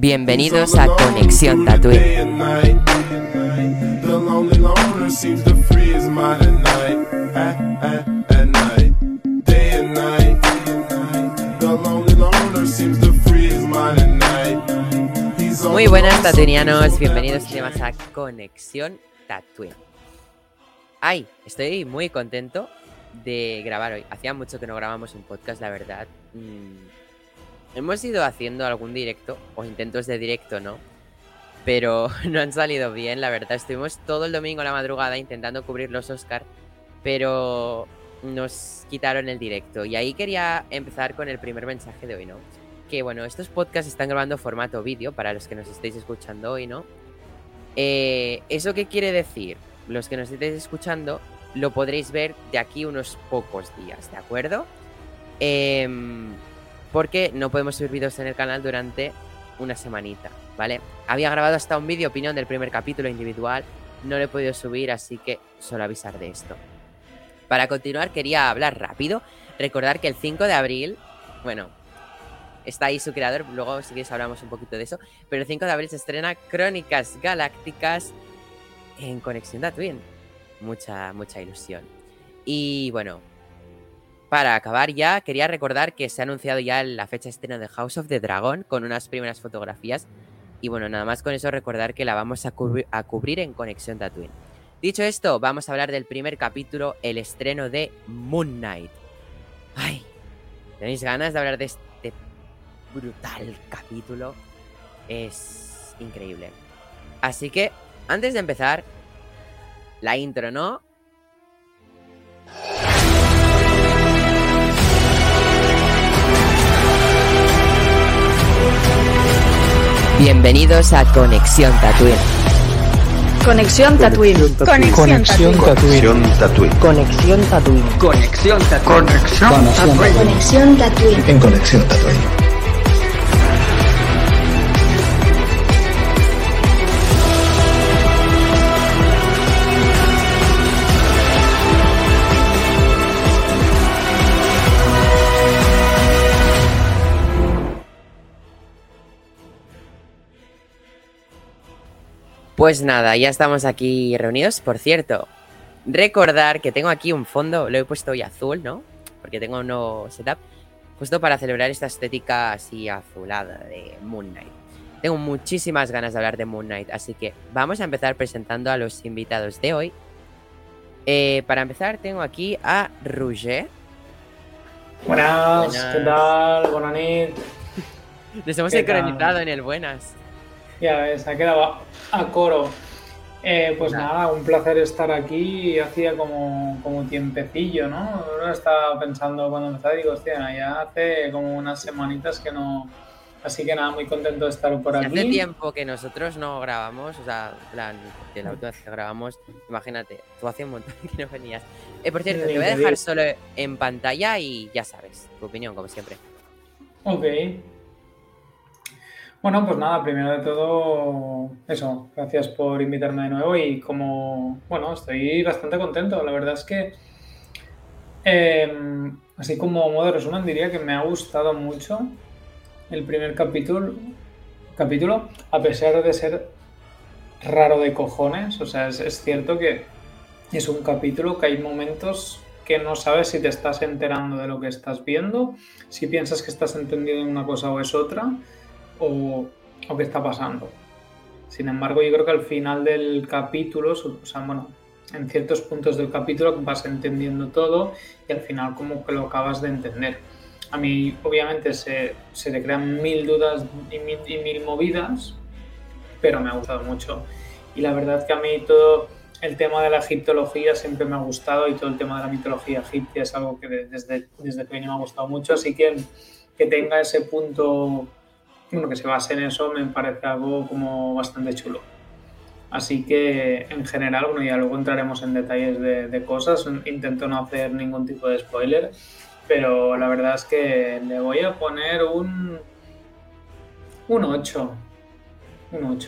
Bienvenidos a Conexión Tatooine. Muy buenas tatuinianos, bienvenidos y demás a Conexión Tatooine. Ay, estoy muy contento de grabar hoy. Hacía mucho que no grabamos un podcast, la verdad. Hemos ido haciendo algún directo, o intentos de directo, ¿no? Pero no han salido bien, la verdad. Estuvimos todo el domingo a la madrugada intentando cubrir los Oscar, pero nos quitaron el directo. Y ahí quería empezar con el primer mensaje de hoy, ¿no? Que bueno, estos podcasts están grabando formato vídeo para los que nos estéis escuchando hoy, ¿no? ¿Eso qué quiere decir? Los que nos estéis escuchando lo podréis ver de aquí unos pocos días, ¿de acuerdo? Porque no podemos subir vídeos en el canal durante una semanita, ¿vale? Había grabado hasta un vídeo opinión del primer capítulo individual, no lo he podido subir, así que solo avisar de esto. Para continuar quería hablar rápido, recordar que el 5 de abril, bueno, está ahí su creador, luego si quieres hablamos un poquito de eso, pero el 5 de abril se estrena Crónicas Galácticas en Conexión Tatooine. Mucha ilusión. Y bueno, para acabar ya, quería recordar que se ha anunciado ya la fecha de estreno de House of the Dragon con unas primeras fotografías. Y bueno, nada más con eso recordar que la vamos a cubrir en Conexión Tatooine. Dicho esto, vamos a hablar del primer capítulo, el estreno de Moon Knight. Ay, ¿tenéis ganas de hablar de este brutal capítulo? Es increíble. Así que, antes de empezar, la intro, ¿no? Bienvenidos a Conexión Tatooine. Conexión Tatooine. Conexión Tatooine. Conexión Tatooine. Conexión Tatooine. Conexión Tatooine. En Conexión Tatooine. Pues nada, ya estamos aquí reunidos. Por cierto, recordar que tengo aquí un fondo, lo he puesto hoy azul, ¿no? Porque tengo un nuevo setup, justo para celebrar esta estética así azulada de Moon Knight. Tengo muchísimas ganas de hablar de Moon Knight, así que vamos a empezar presentando a los invitados de hoy. Para empezar tengo aquí a Roger. Buenas, ¿qué tal? Buenas noches. Nos hemos ¿Qué sincronizado tal? en el buenas. Ya ves, ha quedado a coro. Pues nada, un placer estar aquí. Hacía como tiempecillo, ¿no? Ahora estaba pensando cuando empecé, digo, hostia, ya hace como unas semanitas que no. Así que nada, muy contento de estar por Si aquí. hace tiempo que nosotros no grabamos, o sea, en plan, que la última vez que grabamos, imagínate, tú hacía un montón que no venías. Por cierto, te voy a dejar solo en pantalla y ya sabes, tu opinión, como siempre. Ok. Bueno, pues nada, primero de todo, eso, gracias por invitarme de nuevo y bueno, estoy bastante contento. La verdad es que, así como modo de resumen, diría que me ha gustado mucho el primer capítulo, a pesar de ser raro de cojones. O sea, es cierto que es un capítulo que hay momentos que no sabes si te estás enterando de lo que estás viendo, si piensas que estás entendiendo una cosa o es otra, o qué está pasando. Sin embargo, yo creo que al final del capítulo, o sea, bueno, en ciertos puntos del capítulo vas entendiendo todo y al final como que lo acabas de entender. A mí, obviamente, se le crean mil dudas y mil movidas, pero me ha gustado mucho. Y la verdad es que a mí todo el tema de la egiptología siempre me ha gustado y todo el tema de la mitología egipcia es algo que desde pequeño me ha gustado mucho, así que tenga ese punto, bueno, que se base en eso, me parece algo como bastante chulo. Así que en general, bueno, ya luego entraremos en detalles de cosas. Intento no hacer ningún tipo de spoiler, pero la verdad es que le voy a poner un 8. Un 8.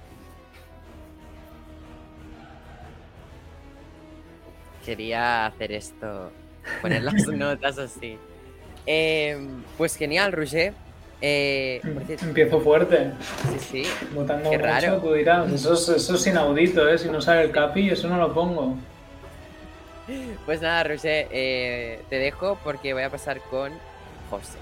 Quería hacer esto, poner las notas así. Pues genial, Roger. Por cierto, Empiezo fuerte, sí, votando qué mucho, raro. tú dirás. Eso es inaudito, ¿eh? Si no sale el Capi, eso no lo pongo. Pues nada, Roger, te dejo porque voy a pasar con José.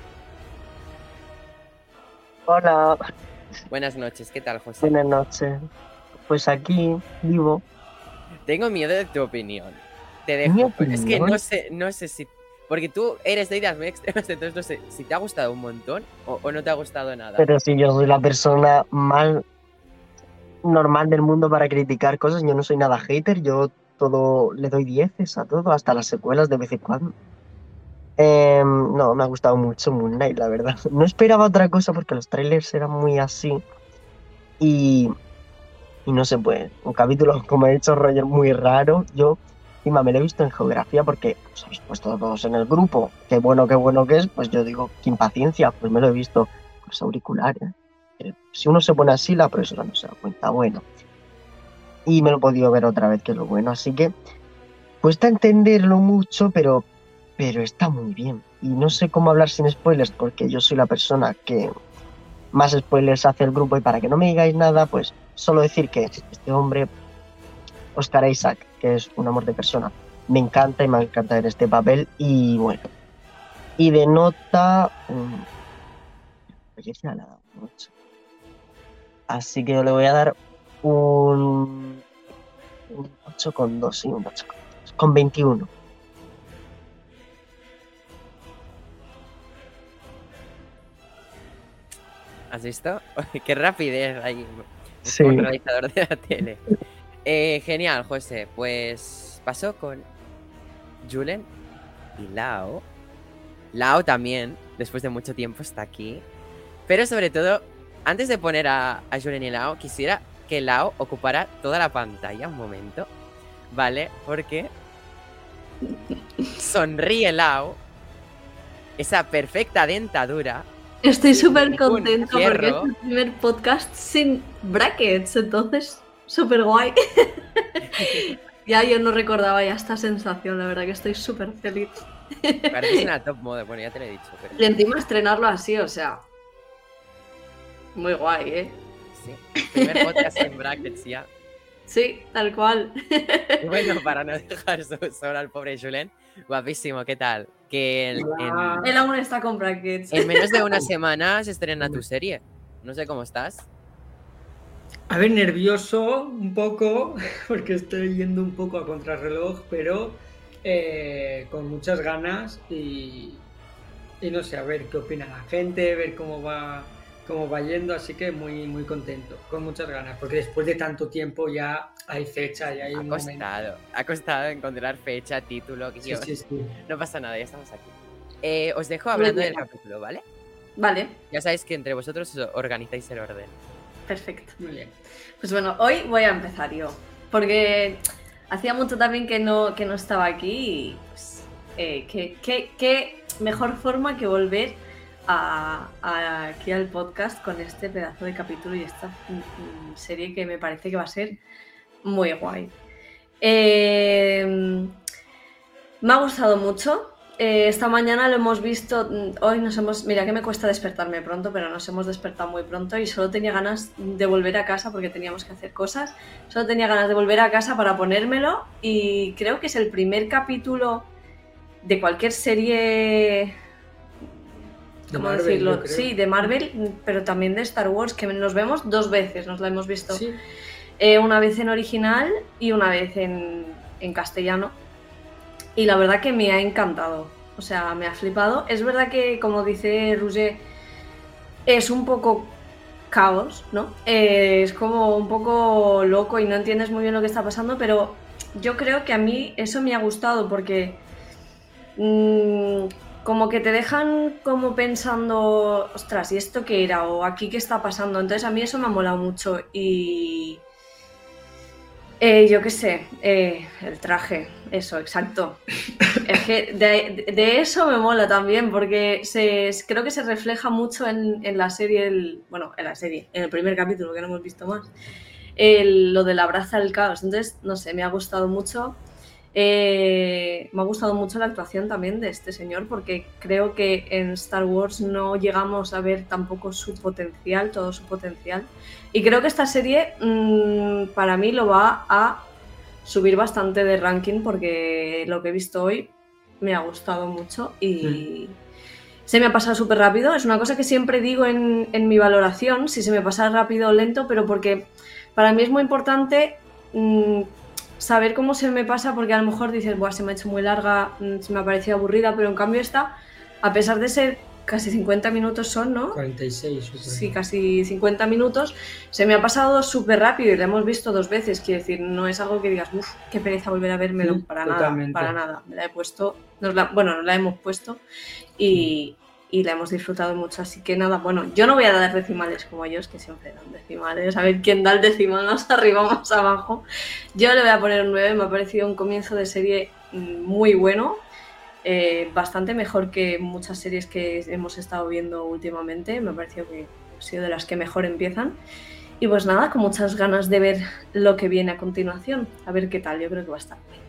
Hola, Buenas noches, ¿qué tal, José? buenas noches. Pues aquí vivo. Tengo miedo de tu opinión. Te Mi dejo. Es que opinión. no sé si... Porque tú eres de ideas muy extremas, entonces no sé si te ha gustado un montón o no te ha gustado nada. Pero si yo soy la persona más normal del mundo para criticar cosas, yo no soy nada hater, yo todo le doy 10 a todo, hasta las secuelas de vez en cuando. No, me ha gustado mucho Moon Knight, la verdad. No esperaba otra cosa porque los trailers eran muy así y, y no sé, pues, un capítulo, como ha dicho Roger, muy raro. Yo, encima, me lo he visto en geografía porque os habéis puesto todos en el grupo. Qué bueno que es. Pues yo digo, qué impaciencia, pues me lo he visto con los auriculares. Si uno se pone así, la profesora no se da cuenta. Bueno, y me lo he podido ver otra vez, que es lo bueno. Así que cuesta entenderlo mucho, pero está muy bien. Y no sé cómo hablar sin spoilers, porque yo soy la persona que más spoilers hace el grupo. Y para que no me digáis nada, pues solo decir que este hombre, Oscar Isaac, que es un amor de persona, me encanta y me encanta ver este papel. Y bueno, y de nota, oye, ya le he dado un 8. Así que yo le voy a dar un 8,2, sí, un 8,2, con 21. ¿Has visto? Qué rapidez ahí. Sí. Como realizador de la tele. Genial, José. Pues pasó con Julen y Lao. Lao también, después de mucho tiempo, está aquí. Pero sobre todo, antes de poner a Julen y Lao, quisiera que Lao ocupara toda la pantalla un momento. ¿Vale? Porque sonríe Lao. Esa perfecta dentadura. Estoy súper Un contenta porque es fierro. el primer podcast sin brackets, entonces súper guay. Ya yo no recordaba ya esta sensación, la verdad que estoy súper feliz. Pareces una top model, bueno, ya te lo he dicho. Pero... Y encima estrenarlo así, o sea, muy guay, ¿eh? Sí, primer podcast en brackets ya. Sí, tal cual. Y bueno, para no dejar solo al pobre Julen, guapísimo, ¿qué tal? Que Él aún está con brackets. en menos de una semana se estrena tu serie. No sé cómo estás. A ver, nervioso un poco, porque estoy yendo un poco a contrarreloj, pero con muchas ganas y no sé, a ver qué opina la gente, ver cómo va yendo, así que muy, muy contento, con muchas ganas, porque después de tanto tiempo ya hay fecha, ya hay un momento. Ha costado encontrar fecha, título, Sí. No pasa nada, ya estamos aquí. Os dejo hablando del capítulo, ¿vale? Vale. Ya sabéis que entre vosotros os organizáis el orden. Perfecto. Muy bien. Pues bueno, hoy voy a empezar yo, porque hacía mucho también que no estaba aquí y pues, qué mejor forma que volver aquí al podcast con este pedazo de capítulo y esta serie que me parece que va a ser muy guay. Me ha gustado mucho. Esta mañana lo hemos visto, hoy mira que me cuesta despertarme pronto, pero nos hemos despertado muy pronto y solo tenía ganas de volver a casa porque teníamos que hacer cosas, solo tenía ganas de volver a casa para ponérmelo y creo que es el primer capítulo de cualquier serie, ¿cómo decirlo? Sí, de Marvel, pero también de Star Wars, que nos vemos 2 veces, nos la hemos visto, sí. Una vez en original y una vez en castellano. Y la verdad que me ha encantado, o sea, me ha flipado. Es verdad que, como dice Roger, es un poco caos, ¿no? Es como un poco loco y no entiendes muy bien lo que está pasando, pero yo creo que a mí eso me ha gustado porque como que te dejan como pensando, ostras, ¿y esto qué era? ¿O aquí qué está pasando? Entonces a mí eso me ha molado mucho y... yo qué sé, el traje, eso, exacto. Es que de eso me mola también, porque creo que se refleja mucho en la serie, en el primer capítulo, que no hemos visto más, lo del abrazo al caos. Entonces, no sé, me ha gustado mucho. Me ha gustado mucho la actuación también de este señor, porque creo que en Star Wars no llegamos a ver tampoco su potencial, todo su potencial. Y creo que esta serie para mí lo va a subir bastante de ranking, porque lo que he visto hoy me ha gustado mucho y se me ha pasado súper rápido. Es una cosa que siempre digo en mi valoración, si se me pasa rápido o lento, pero porque para mí es muy importante saber cómo se me pasa, porque a lo mejor dices, buah, se me ha hecho muy larga, se me ha parecido aburrida, pero en cambio esta, a pesar de ser casi 50 minutos son, ¿no? 46. Sí, casi 50 minutos, se me ha pasado súper rápido y la hemos visto 2 veces, quiero decir, no es algo que digas, uff, qué pereza volver a vérmelo, para totalmente. nada, me la he puesto, nos la hemos puesto y la hemos disfrutado mucho, así que nada, bueno, yo no voy a dar decimales como ellos, que siempre dan decimales, a ver quién da el decimal más arriba o más abajo. Yo le voy a poner un 9, me ha parecido un comienzo de serie muy bueno, bastante mejor que muchas series que hemos estado viendo últimamente, me ha parecido que ha sido de las que mejor empiezan. Y pues nada, con muchas ganas de ver lo que viene a continuación, a ver qué tal, yo creo que va a estar bien.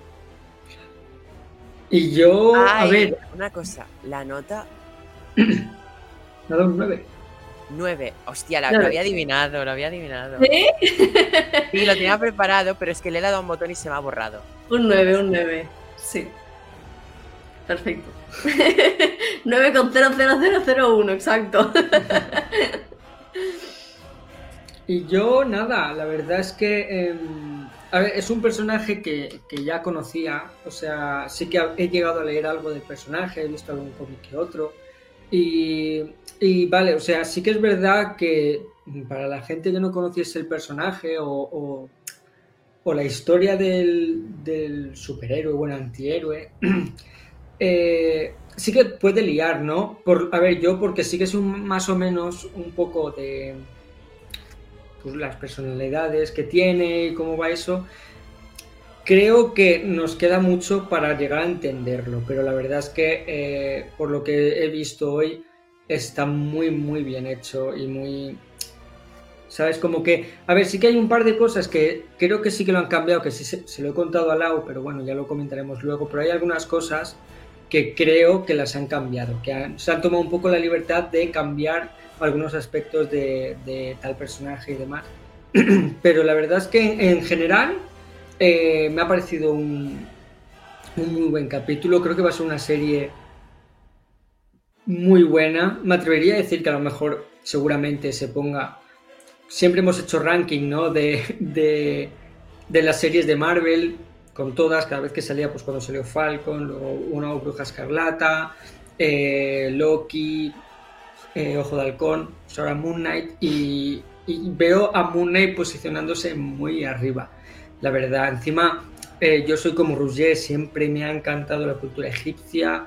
Y yo, a ver... Una cosa, la nota... Me ha dado un 9. 9. Hostia, lo había adivinado, ¿Sí? Sí, lo tenía preparado, pero es que le he dado a un botón y se me ha borrado. Un 9, sí. Perfecto. 9,00001, exacto. Y yo, nada, la verdad es que... a ver, es un personaje que ya conocía, o sea, sí que he llegado a leer algo del personaje, he visto algún cómic que otro, y vale, o sea, sí que es verdad que para la gente que no conociese el personaje o la historia del superhéroe o el antihéroe, sí que puede liar, ¿no? A ver, yo porque sí que es más o menos un poco de... pues las personalidades que tiene y cómo va eso, creo que nos queda mucho para llegar a entenderlo, pero la verdad es que por lo que he visto hoy está muy muy bien hecho y muy, ¿sabes? Como que, a ver, sí que hay un par de cosas que creo que sí que lo han cambiado, que sí se lo he contado a Lau, pero bueno, ya lo comentaremos luego, pero hay algunas cosas que creo que las han cambiado, que se han tomado un poco la libertad de cambiar algunos aspectos de tal personaje y demás. Pero la verdad es que en general me ha parecido un muy buen capítulo. Creo que va a ser una serie muy buena. Me atrevería a decir que a lo mejor seguramente se ponga... Siempre hemos hecho ranking, ¿no? de las series de Marvel, con todas, cada vez que salía, pues cuando salió Falcon, luego una Bruja Escarlata, Loki... Ojo de Halcón, ahora Moon Knight, y veo a Moon Knight posicionándose muy arriba, la verdad. Encima, yo soy como Roger, siempre me ha encantado la cultura egipcia,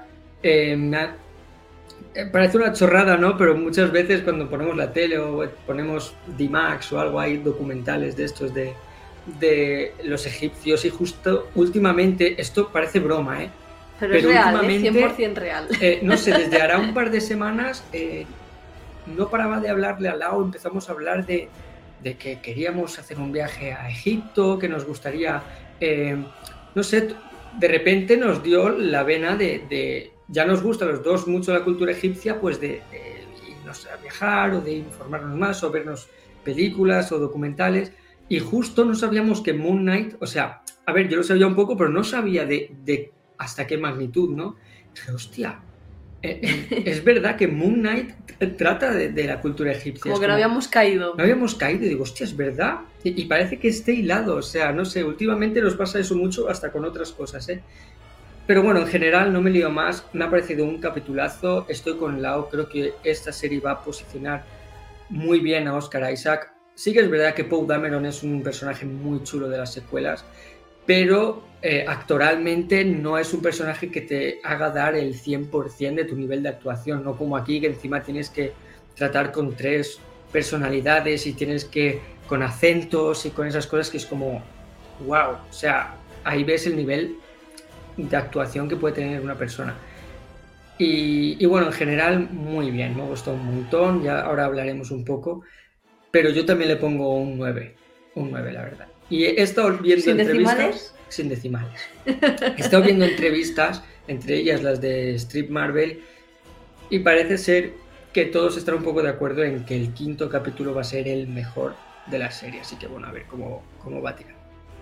parece una chorrada, ¿no? Pero muchas veces cuando ponemos la tele o ponemos D-Max o algo, hay documentales de estos de los egipcios, y justo últimamente, esto parece broma, pero es real, 100% real. No sé, desde hará un par de semanas no paraba de hablarle a Lau, empezamos a hablar de que queríamos hacer un viaje a Egipto, que nos gustaría, no sé, de repente nos dio la vena de ya nos gusta a los dos mucho la cultura egipcia, pues de irnos a viajar o de informarnos más o vernos películas o documentales, y justo no sabíamos que Moon Knight, o sea, a ver, yo lo sabía un poco, pero no sabía de hasta qué magnitud, ¿no? Dije, hostia, es verdad que Moon Knight trata de la cultura egipcia. Como que no habíamos caído. No habíamos caído, y digo, hostia, es verdad. Y parece que esté hilado, o sea, no sé, últimamente nos pasa eso mucho hasta con otras cosas, ¿eh? Pero bueno, en general no me lío más, me ha parecido un capitulazo, estoy con Lau, creo que esta serie va a posicionar muy bien a Oscar Isaac. Sí que es verdad que Poe Dameron es un personaje muy chulo de las secuelas, pero actoralmente no es un personaje que te haga dar el 100% de tu nivel de actuación, no como aquí, que encima tienes que tratar con 3 personalidades y tienes que, con acentos y con esas cosas, que es como wow, o sea, ahí ves el nivel de actuación que puede tener una persona. Y bueno, en general muy bien, me ha gustado un montón, ya ahora hablaremos un poco, pero yo también le pongo un 9. un 9, la verdad. Y he estado viendo ¿Sin entrevistas... decimales? Sin decimales. He estado viendo entrevistas, entre ellas las de Strip Marvel, y parece ser que todos están un poco de acuerdo en que el 5º capítulo va a ser el mejor de la serie. Así que bueno, a ver cómo va a tirar.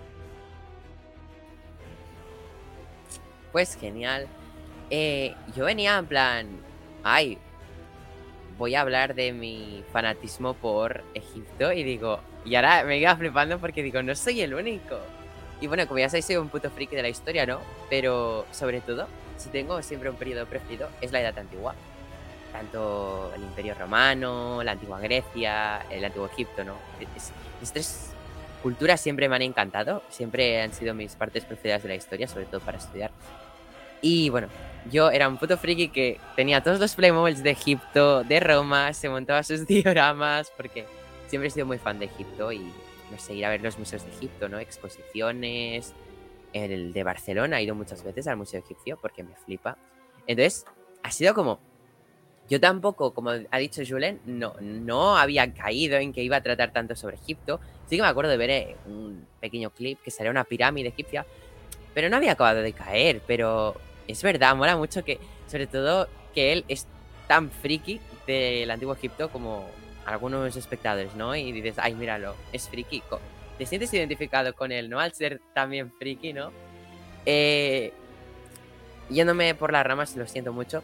Pues genial. Yo venía en plan... Ay, voy a hablar de mi fanatismo por Egipto y digo... Y ahora me iba flipando porque digo, no soy el único. Y bueno, como ya sabéis, soy un puto friki de la historia, ¿no? Pero sobre todo, si tengo siempre un periodo preferido, es la Edad Antigua. Tanto el Imperio Romano, la Antigua Grecia, el Antiguo Egipto, ¿no? Estas tres culturas siempre me han encantado. Siempre han sido mis partes preferidas de la historia, sobre todo para estudiar. Y bueno, yo era un puto friki que tenía todos los Playmobiles de Egipto, de Roma, se montaba sus dioramas, porque siempre he sido muy fan de Egipto y, no sé, ir a ver los museos de Egipto, ¿no? Exposiciones. El de Barcelona he ido muchas veces al Museo Egipcio porque me flipa. Entonces, ha sido como... Yo tampoco, como ha dicho Julen, no había caído en que iba a tratar tanto sobre Egipto. Sí que me acuerdo de ver un pequeño clip que salía una pirámide egipcia, pero no había acabado de caer. Pero es verdad, mola mucho que, sobre todo, que él es tan friki del Antiguo Egipto como algunos espectadores, ¿no? Y dices, ay, míralo, es friki. Te sientes identificado con él, ¿no? Al ser también friki, ¿no? Yéndome por las ramas, lo siento mucho.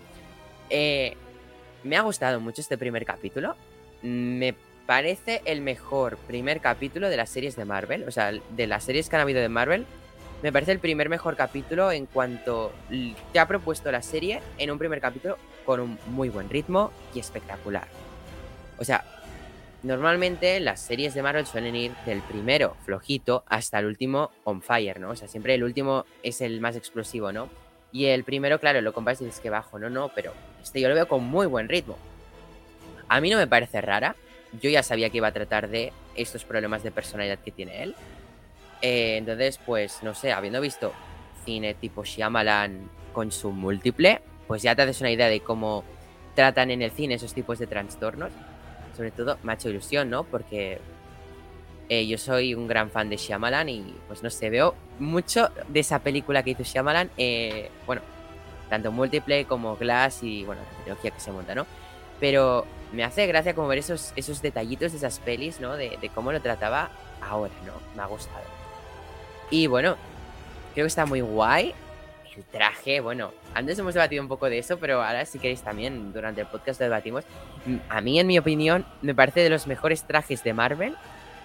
Me ha gustado mucho este primer capítulo. Me parece el mejor primer capítulo de las series de Marvel. O sea, de las series que han habido de Marvel, me parece el primer mejor capítulo en cuanto te ha propuesto la serie en un primer capítulo con un muy buen ritmo y espectacular. O sea, normalmente las series de Marvel suelen ir del primero flojito hasta el último on fire, ¿no? O sea, siempre el último es el más explosivo, ¿no? Y el primero, claro, lo comparas y dices que bajo, no, pero yo lo veo con muy buen ritmo. A mí no me parece rara. Yo ya sabía que iba a tratar de estos problemas de personalidad que tiene él. Entonces, pues, no sé, habiendo visto cine tipo Shyamalan con su múltiple, pues ya te haces una idea de cómo tratan en el cine esos tipos de trastornos. Sobre todo, me ha hecho ilusión, ¿no? Porque yo soy un gran fan de Shyamalan y, pues, no sé, veo mucho de esa película que hizo Shyamalan, bueno, tanto múltiple como Glass y, bueno, la trilogía que se monta, ¿no? Pero me hace gracia como ver esos detallitos de esas pelis, ¿no? De cómo lo trataba ahora, ¿no? Me ha gustado. Y, bueno, creo que está muy guay. El traje, bueno, antes hemos debatido un poco de eso, pero ahora si queréis también, durante el podcast lo debatimos. A mí, en mi opinión, me parece de los mejores trajes de Marvel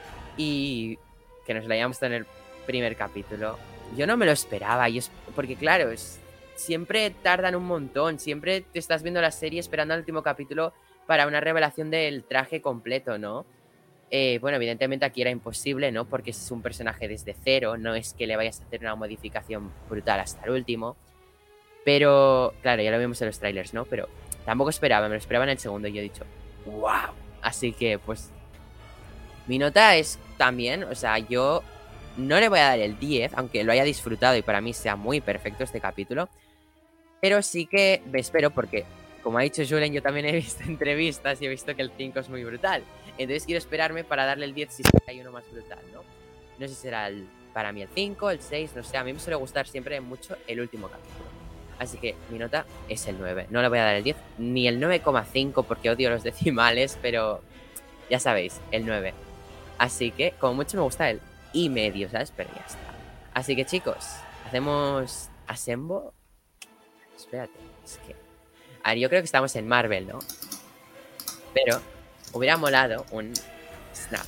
y que nos lo hayamos visto en el primer capítulo. Yo no me lo esperaba, porque claro, siempre tardan un montón, siempre te estás viendo la serie esperando al último capítulo para una revelación del traje completo, ¿no? Bueno, evidentemente aquí era imposible, ¿no? Porque es un personaje desde cero, no es que le vayas a hacer una modificación brutal hasta el último. Pero, claro, ya lo vimos en los trailers, ¿no? Pero tampoco esperaba, me lo esperaba en el segundo y yo he dicho, ¡wow! Así que, pues, mi nota es también, o sea, yo no le voy a dar el 10, aunque lo haya disfrutado y para mí sea muy perfecto este capítulo. Pero sí que me espero porque, como ha dicho Julen, yo también he visto entrevistas y he visto que el 5 es muy brutal. Entonces quiero esperarme para darle el 10 si hay uno más brutal, ¿no? No sé si será para mí el 5, el 6, no sé. A mí me suele gustar siempre mucho el último capítulo. Así que mi nota es el 9. No le voy a dar el 10, ni el 9,5 porque odio los decimales, pero ya sabéis, el 9. Así que, como mucho me gusta el y medio, ¿sabes? Pero ya está. Así que, chicos, hacemos Asembo. Espérate, es que... A ver, yo creo que estamos en Marvel, ¿no? Pero hubiera molado un snap.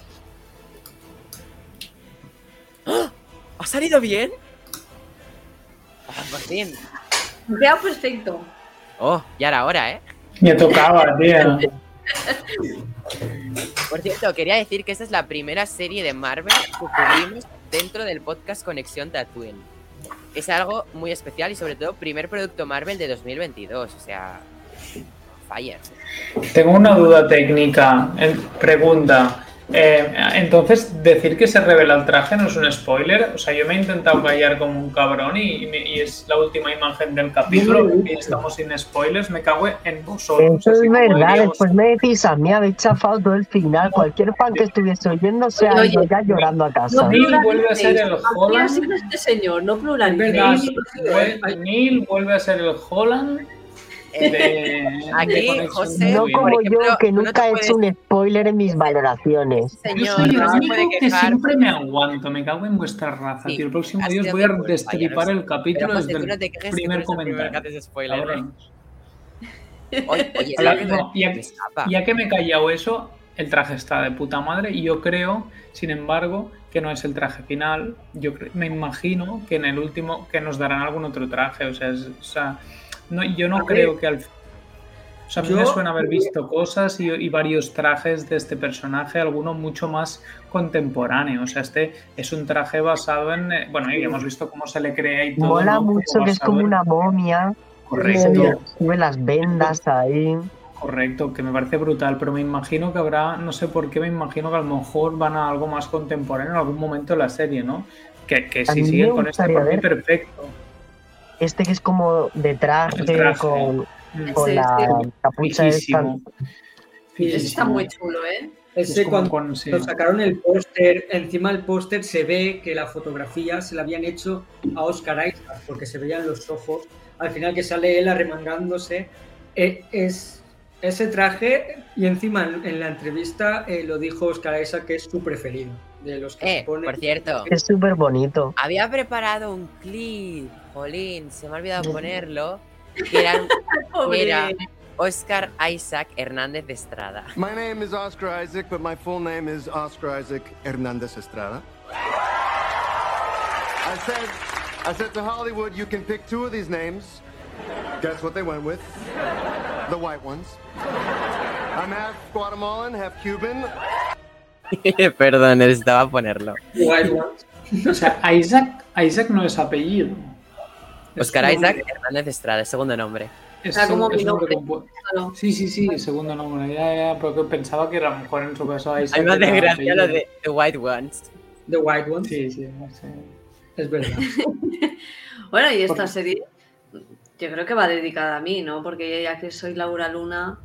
¡Oh! ¿Ha salido bien? Por fin. Queda perfecto. Oh, ya era hora, ¿eh? Me tocaba, tío. Por cierto, quería decir que esta es la primera serie de Marvel que cubrimos dentro del podcast Conexión Tatooine. Es algo muy especial y sobre todo primer producto Marvel de 2022, o sea, fire. Tengo una duda técnica. Pregunta, Entonces, decir que se revela el traje no es un spoiler. O sea, yo me he intentado callar como un cabrón y es la última imagen del capítulo y estamos sin spoilers. Me cago en vosotros. Eso es así que verdad, podríamos- después me decís a mí, habéis chafado todo el final. Cualquier fan que estuviese oyendo se ha ido ya llorando a casa. Neil vuelve a ser el Holland. ¿Quién es este señor? No Es pluralicéis. verdad, Neil vuelve a ser el Holland Aquí, de Conexión José, No Tatooine. como por ejemplo, yo, que no nunca te he puedes- hecho un spoiler en mis valoraciones. Yo Señor, soy el no se único puede que quejar. siempre me aguanto, me cago en vuestra raza, Sí, tío. El próximo has día os sido voy a mi culpa, ya destripar lo el sé. capítulo Pero, José, desde tú no el te quejes que tú primer eres el primero que comentario. haces spoiler, ¿eh? Cabrones. Oye, Habla- ¿sabes? no, Me escapa. Ya que me he callado eso, el traje está de puta madre y yo creo, sin embargo, que no es el traje final. Me imagino que en el último que nos darán algún otro traje. O sea, no, yo no A creo ver, que al... O sea, a mí yo- me suena haber visto cosas y varios trajes de este personaje, alguno mucho más contemporáneo. O sea, este es un traje basado en... bueno, y hemos visto cómo se le crea y todo. Mola ¿no? mucho que es basado como en- una momia. Se Correcto. le sube las vendas ahí. Correcto, que me parece brutal, pero me imagino que habrá, no sé por qué, me imagino que a lo mejor van a algo más contemporáneo en algún momento de la serie, ¿no? Que A si mí siguen me con este, gustaría por mí ver- perfecto. Este que es como de traje, El traje. con Sí, la capucha esta. Fijísimo. Ese está muy chulo, ¿eh? Ese Es como cuando con- sí. sacaron el póster, encima del póster se ve que la fotografía se la habían hecho a Oscar Isaac, porque se veían los ojos. Al final que sale él arremangándose. Es ese traje, y encima en la entrevista lo dijo Oscar Isaac que es su preferido. De los que se ponen. Por cierto, Es súper bonito. había preparado un clip, jolín, se me ha olvidado ponerlo, que era, Pobre. era Oscar Isaac Hernández de Estrada. My name is Oscar Isaac, but my full name is Oscar Isaac Hernandez Estrada. I said to Hollywood, you can pick two of these names. Guess what they went with? The white ones. I'm half Guatemalan, half Cuban. Perdón, necesitaba ponerlo. White Ones. O sea, Isaac no es apellido. Es Oscar un Isaac nombre. Hernández de Estrada, es segundo nombre. Es Era como un- es mi nombre nombre. compu- Claro. Sí, segundo nombre. Ya, porque pensaba que a lo mejor en su caso Isaac. Hay más de era gracia lo apellido. de The White Ones. The White Ones. Sí. Es verdad. Bueno, y esta serie yo creo que va dedicada a mí, ¿no? Porque ya que soy Laura Luna,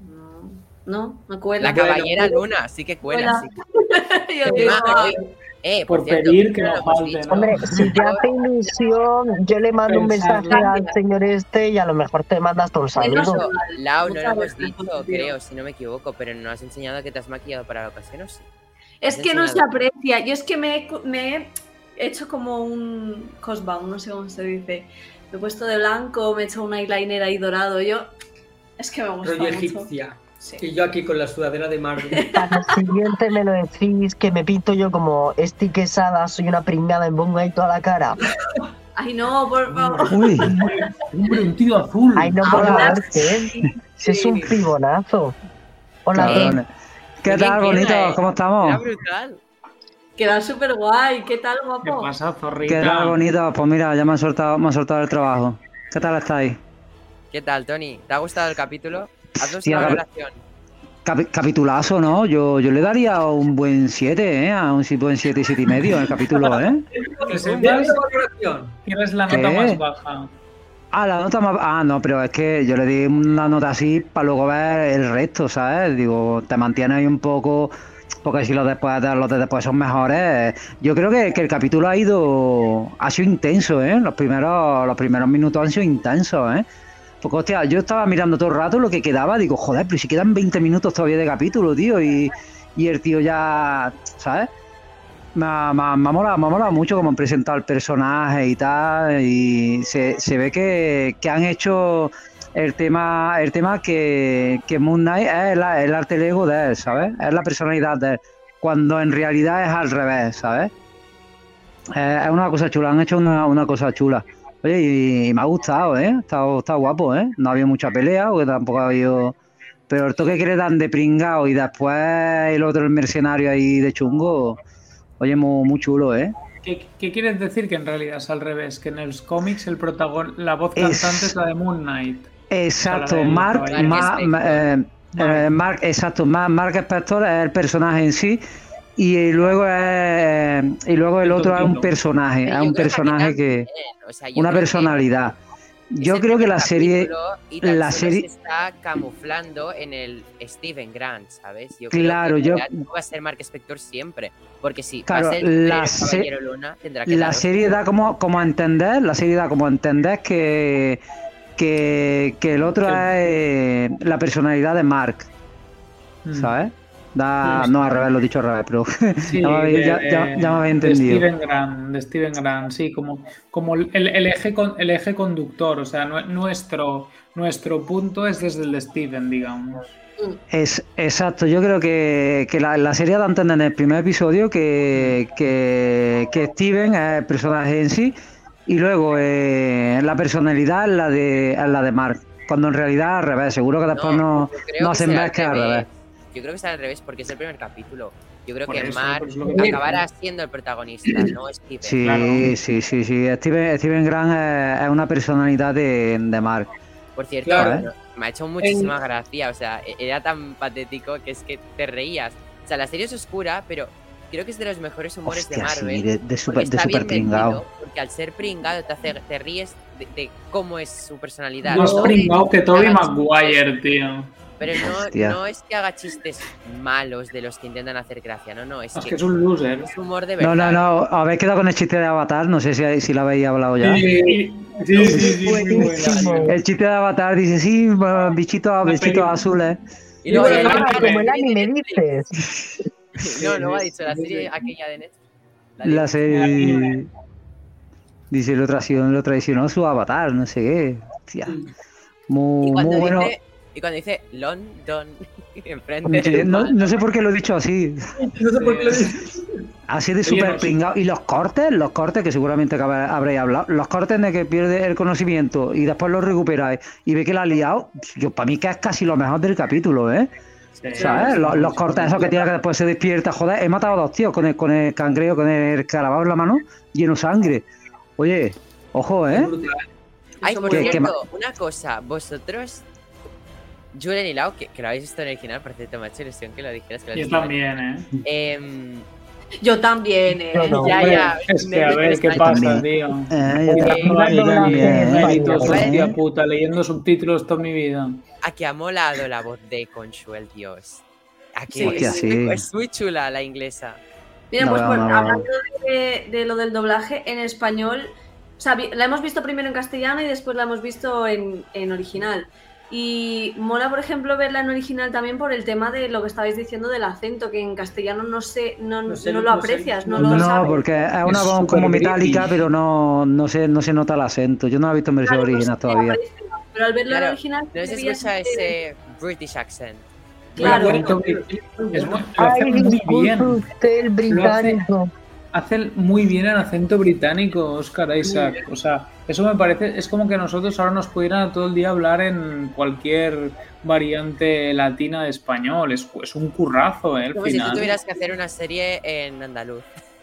no cuela. La caballera Luna, sí que cuela. Cuela. Sí. Yo Encima, digo, hoy- Por cierto, pedir que no no lo hemos falte, dicho. ¿no? Hombre, si te hace ilusión, yo le mando un mensaje al señor este y a lo mejor te manda hasta un saludo. Eso, Lau, no lo Muchas hemos gracias, dicho, tío. creo, si no me equivoco, pero no has enseñado que te has maquillado para la ocasión, ¿o sí? Es has que no se enseñado? aprecia. Yo es que me he hecho como un cosbound, no sé cómo se dice. Me he puesto de blanco, me he hecho un eyeliner ahí dorado. Es que me gusta Rollo mucho. egipcia. Sí. Y yo aquí con la sudadera de Marvel. Para el siguiente me lo decís, que me pinto yo como Esti Quesada, soy una pringada, me pongo ahí toda la cara. Ay, no, por favor. Uy, Hombre, un tío azul. Ay, no por Ahora favor, ¿qué? Si es un pibonazo. Hola, cabrones. ¿Qué Bien tal, queda, bonitos? ¿Cómo Era estamos? brutal. Queda súper guay. ¿Qué tal, ¿Qué guapo? pasa, ¿Qué zorrita? tal, bonitos? Pues mira, ya me han soltado el trabajo. ¿Qué tal estáis? ¿Qué tal, Tony? ¿Te ha gustado el capítulo? Haznos Sí, una acabé- valoración. Capitulazo, ¿no? Yo le daría un buen 7, ¿eh? A un buen 7, 7 y medio el capítulo, ¿eh? Que ¿Tienes sepas valoración? que eres la ¿Qué? nota más baja. Ah, la nota más... Ah, no, pero es que yo le di una nota así para luego ver el resto, ¿sabes? Digo, te mantienes ahí un poco... Porque si los de después son mejores... Yo creo que el capítulo ha sido intenso, ¿eh? Los primeros minutos han sido intensos, ¿eh? Porque, hostia, yo estaba mirando todo el rato lo que quedaba, digo, joder, pero si quedan 20 minutos todavía de capítulo, tío, y el tío ya, ¿sabes? Me ha molado mucho cómo han presentado el personaje y tal, y se ve que han hecho el tema que Moon Knight es el alter ego de él, ¿sabes? Es la personalidad de él, cuando en realidad es al revés, ¿sabes? Es una cosa chula, han hecho una cosa chula. Oye, y me ha gustado, ¿eh? Está guapo, ¿eh? No ha habido mucha pelea, porque tampoco ha habido... Pero el toque que le dan de pringao y después el otro, el mercenario ahí de chungo, oye, muy chulo, ¿eh? ¿Qué quieres decir? Que en realidad es al revés, que en los cómics la voz cantante es la de Moon Knight. Exacto, Hola, Mark, caballero. Mark, exacto, Mark Spector es el personaje en sí. Y luego el otro es un personaje, Pero es yo un creo personaje también, que o sea, yo una creo personalidad. es Yo el creo que primer la serie, capítulo y tan la solo serie, se está camuflando en el Steven Grant, ¿sabes? Yo claro, creo que yo, en realidad no va a ser Mark Spector siempre, porque si va a claro, ser el Caballero Luna, tendrá que la darnos serie da como a entender, que el otro es la personalidad de Mark, ¿sabes? No, al revés, lo he dicho al revés, pero Sí, ya me habéis entendido. de Steven Grant, sí, como el eje conductor, o sea, nuestro punto es desde el de Steven, digamos. Es exacto, yo creo que la serie da a entender en el primer episodio que Steven es el personaje en sí y luego la personalidad es la de Mark, cuando en realidad al revés, seguro que después yo creo no que hacen será ver que es al revés. Yo creo que será al revés porque es el primer capítulo. Yo creo Por que eso, Mark por eso lo que acabará siendo el protagonista, no Steven. Sí, Claro. sí. Steven Grant es una personalidad de Mark. Por cierto, Claro. me ha hecho muchísima gracia, o sea, era tan patético que es que te reías. O sea, la serie es oscura, pero creo que es de los mejores humores Hostia, de Marvel. sí, de porque super está bien pringao. vendido, porque al ser pringado te ríes de cómo es su personalidad. Más No pringao que Tobey haga Maguire, tío. Pero Hostia. no es que haga chistes malos de los que intentan hacer gracia, no, es Es que que es un loser. es humor de verdad. No, habéis quedado con el chiste de Avatar, no sé si lo habéis hablado ya. Sí, muy Buenísimo. buena. El chiste de Avatar dice, sí, bichitos película. azules. Y luego Sí, la Como el serie anime de Netflix. dices. No, no ha dicho, la serie aquella de Netflix. La serie... Dice, lo traicionó su Avatar, no sé qué. Hostia. Muy bueno. Y cuando dice London enfrente Sí, del no sé por qué lo he dicho así. No sé por qué lo dices. Así de Oye, súper no, pringado. Y los cortes, que seguramente que habréis hablado, los cortes de que pierde el conocimiento y después lo recuperáis y ve que la ha liado, para mí que es casi lo mejor del capítulo, ¿eh? ¿Sabes? Los cortes esos que tiene que después se despierta, joder, he matado a 2 tíos con el cangrejo, con el escarabajo en la mano, lleno de sangre. Oye, ojo, ¿eh? Ay, por ¿Qué- cierto, una cosa, vosotros, Julen y Lau, que lo habéis visto en el original, por cierto, me ha hecho ilusión que lo dijeras. Que lo Yo habéis visto también, en- Yo también, ¿eh? Yo no. Ya, Es que a ver qué me- pasa, también. tío. Yo también. Méritos, Vale. hostia puta, leyendo subtítulos toda mi vida. A que ha molado la voz de Consuel, Dios. A que Sí. Hostia, sí. es muy chula la inglesa. Mira, No, pues no, bueno, no. hablando de lo del doblaje en español, o sea, la hemos visto primero en castellano y después la hemos visto en original. Y mola, por ejemplo, verla en original también por el tema de lo que estabais diciendo del acento, que en castellano no lo aprecias, no lo No, sabes. porque es una Es voz súper como metálica, british. pero no se nota el acento. Yo no la he visto en versión Claro, no original se todavía. aprecia, pero al verlo en Claro, original... No se debías escucha de- ese British accent. Claro. Lo hace Ay, muy disculpe bien. usted, el británico. Hace muy bien el acento británico, Oscar Isaac. O sea, eso me parece, es como que nosotros ahora nos pudieran todo el día hablar en cualquier variante latina de español. Es un currazo, al Como si tú final. tuvieras que hacer una serie en andaluz.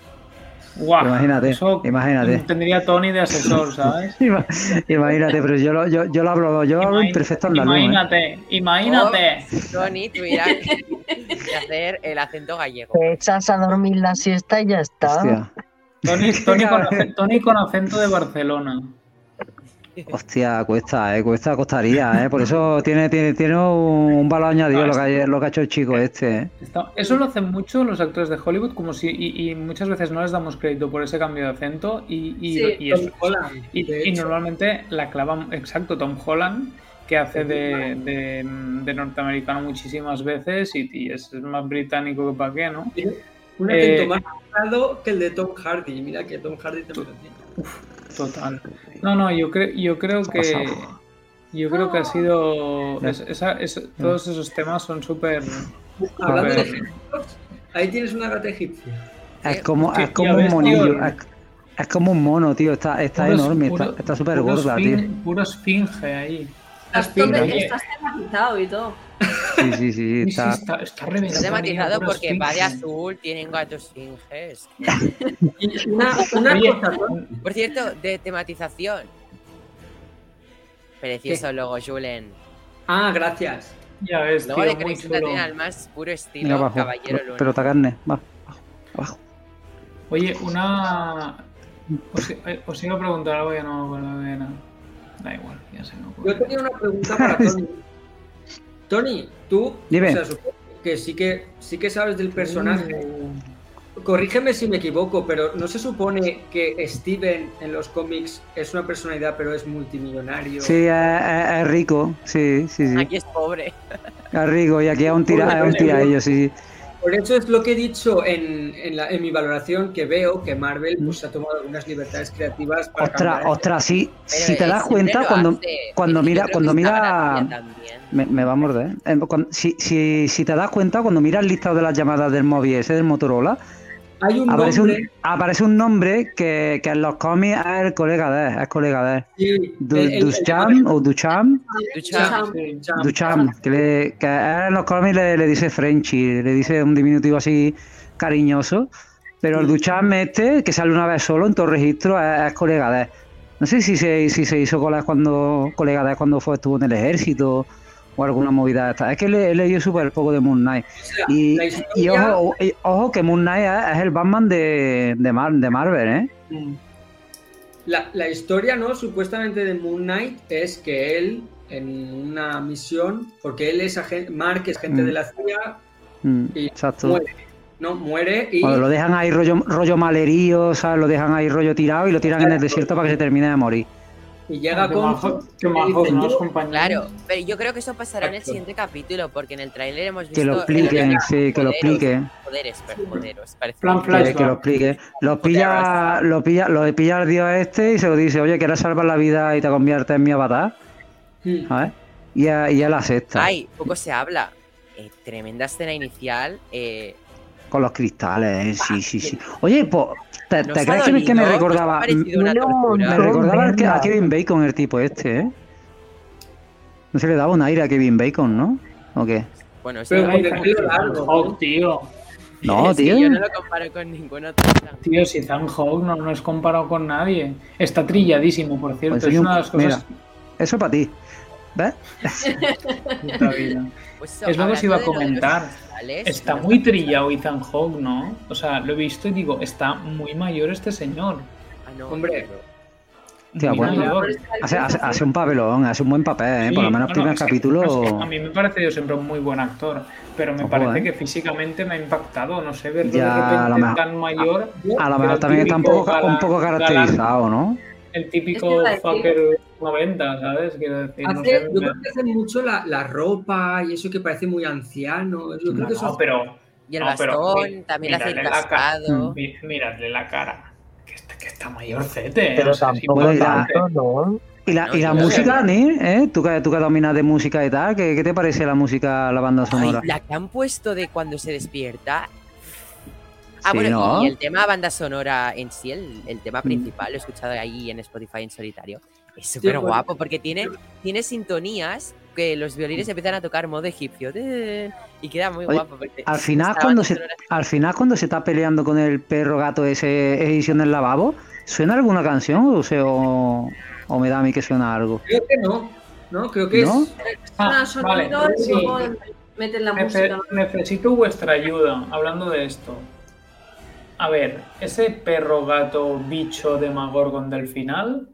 Guau, Imagínate, eso imagínate. Tendría Tony de asesor, ¿sabes? Imagínate, pero yo lo hablo en perfecto andaluz. Imagínate. Tony tuviera que hacer el acento gallego. Te echas a dormir la siesta y ya está. Hostia, Tony con acento de Barcelona. hostia, costaría, ¿eh? Por eso tiene un valor añadido lo que ha hecho el chico este, ¿eh? Eso lo hacen mucho los actores de Hollywood, como si y muchas veces no les damos crédito por ese cambio de acento y normalmente la clavan, exacto, Tom Holland, que hace de norteamericano muchísimas veces y es más británico que para qué, ¿no? Un acento más marcado que el de Tom Hardy. Mira que Tom Hardy también lo tiene. Total. No, yo creo que ha sido todos esos temas son súper. Hablando de súper- egipcios, ahí tienes una gata egipcia. Es como ya un ves, monillo, tío. es como un mono, tío, está enorme, está súper gorda, tío. Puro esfinge ahí. Estás tematizado y todo. Sí, Sí, está... está re bien. Está tematizado Puro porque va de esfinge. azul, tienen gatos finges. Y una Oye, cosa, ¿no? Por cierto, de tematización. Precioso logo, Julen. Ah, gracias. Ya ves, Luego tío, de muy Conexión chulo. Tatooine al más puro Venga, estilo abajo. Caballero Luna. Pelota carne, va. Abajo. Oye, os iba a preguntar algo, ya no me acuerdo de nada. Da igual, ya se me Yo ocurre. tenía una pregunta para Tony. Tony, tú, Dime. o sea, supongo que sí que sabes del personaje. Corrígeme si me equivoco, pero ¿no se supone que Steven en los cómics es una personalidad pero es multimillonario? Sí, es rico. Sí. Aquí es pobre. Es rico y aquí es un tiradillo, sí. Por eso es lo que he dicho en mi valoración, que veo que Marvel pues, ha tomado algunas libertades creativas para cambiar. Ostras, sí. Pero Si te das siempre cuenta lo cuando hace. mira, Yo creo que está García mira, también. me va a morder. Si te das cuenta cuando miras el listado de las llamadas del móvil ese del Motorola, Hay un aparece nombre. aparece un nombre que en los cómics es el colega de él, es colega de él. Sí, Duchamp o Duchamp. Duchamp. Duchamp, que en los cómics le dice Frenchy, le dice un diminutivo así cariñoso, pero el Duchamp que sale una vez solo en todo registro es colega de él. No sé si se hizo colega de él cuando estuvo en el ejército o alguna movida de esta. Es que he leído súper poco de Moon Knight. Y, la y historia- ojo que Moon Knight es el Batman de Marvel, ¿eh? La historia, ¿no? Supuestamente de Moon Knight es que él, en una misión, porque él es agente, Mark es agente de la CIA, y Exacto. muere y Cuando lo dejan ahí rollo malerío, ¿sabes? Lo dejan ahí rollo tirado y lo tiran en el desierto para que se termine de morir. llega Qué con majos, ¿no? Los compañeros. Claro, pero yo creo que eso pasará en el siguiente capítulo, porque en el tráiler hemos visto... Que lo expliquen, sí, que lo explique. Poderes, parece. Plan Que lo flashback. explique. Lo pilla el dios este y se lo dice, oye, ¿quieres salvar la vida y te conviertes en mi avatar? ¿Sabes? Y él acepta. Ay, poco se habla. Tremenda escena inicial. Con los cristales, sí. Oye, pues, ¿te ¿Nos ha crees dolido? que me ¿Nos ha recordaba? parecido una tortura? Me recordaba verla. a Kevin Bacon el tipo este, ¿eh? No se le daba un aire a Kevin Bacon, ¿no? ¿O qué? Bueno, eso Pero no, con el pelo largo. Hawk, tío. No, es que tío. yo no lo comparo con ningún otro. Tío, si Ethan Hawke no es comparado con nadie. Está trilladísimo, por cierto. Pues soy es un- una de las cosas. Mira, eso para ti. ¿Ves? Puta vida. Pues Es lo que os iba a hablando de lo de los comentar. cristales, Está no muy está- trillado Ethan Hawke, ¿no? O sea, lo he visto y digo, está muy mayor este señor. Ah, no, Hombre. Tío, Muy bueno, mayor. hace un papelón, hace un buen papel, ¿eh? Sí, Por lo menos bueno, primer es que- capítulo. es que a mí me parece yo siempre un muy buen actor, pero me Ojo, parece ¿eh? que físicamente me ha impactado, no sé, verlo Ya, de a lo repente mejor- tan mayor. A lo que era mejor el también está un típico poco caracterizado, ¿no? El típico Es que iba a decir- fucker 90, ¿sabes? Quiero decir, no sé. Yo creo que hace mucho la ropa y eso que parece muy anciano. Yo creo que eso No, pero Y el No, pero bastón, también hace el miradle la cara. cascado. Miradle la cara. Que está mayorcete. Pero o sea, es tampoco importante. tanto, ¿no? Y la No, música, Nil, ¿eh? Tú que dominas de música y tal, ¿qué te parece la música, la banda Ay, sonora? la que han puesto de cuando se despierta. Sí, Bueno, ¿no? y el tema banda sonora en sí, el tema principal, lo he escuchado ahí en Spotify en solitario. Es súper pues- guapo porque tiene sintonías que los violines empiezan a tocar modo egipcio. Y queda muy Oye, guapo. Porque Al final, esta cuando banda se, sonora- al final, cuando se está peleando con el perro gato ese edición del lavabo, ¿suena alguna canción? O me da a mí que suena algo. creo que no. No, creo que ¿No? es. Suena sonido vale, y sí. luego meten la música. Necesito vuestra ayuda hablando de esto. A ver, ese perro gato bicho de Demagorgon del final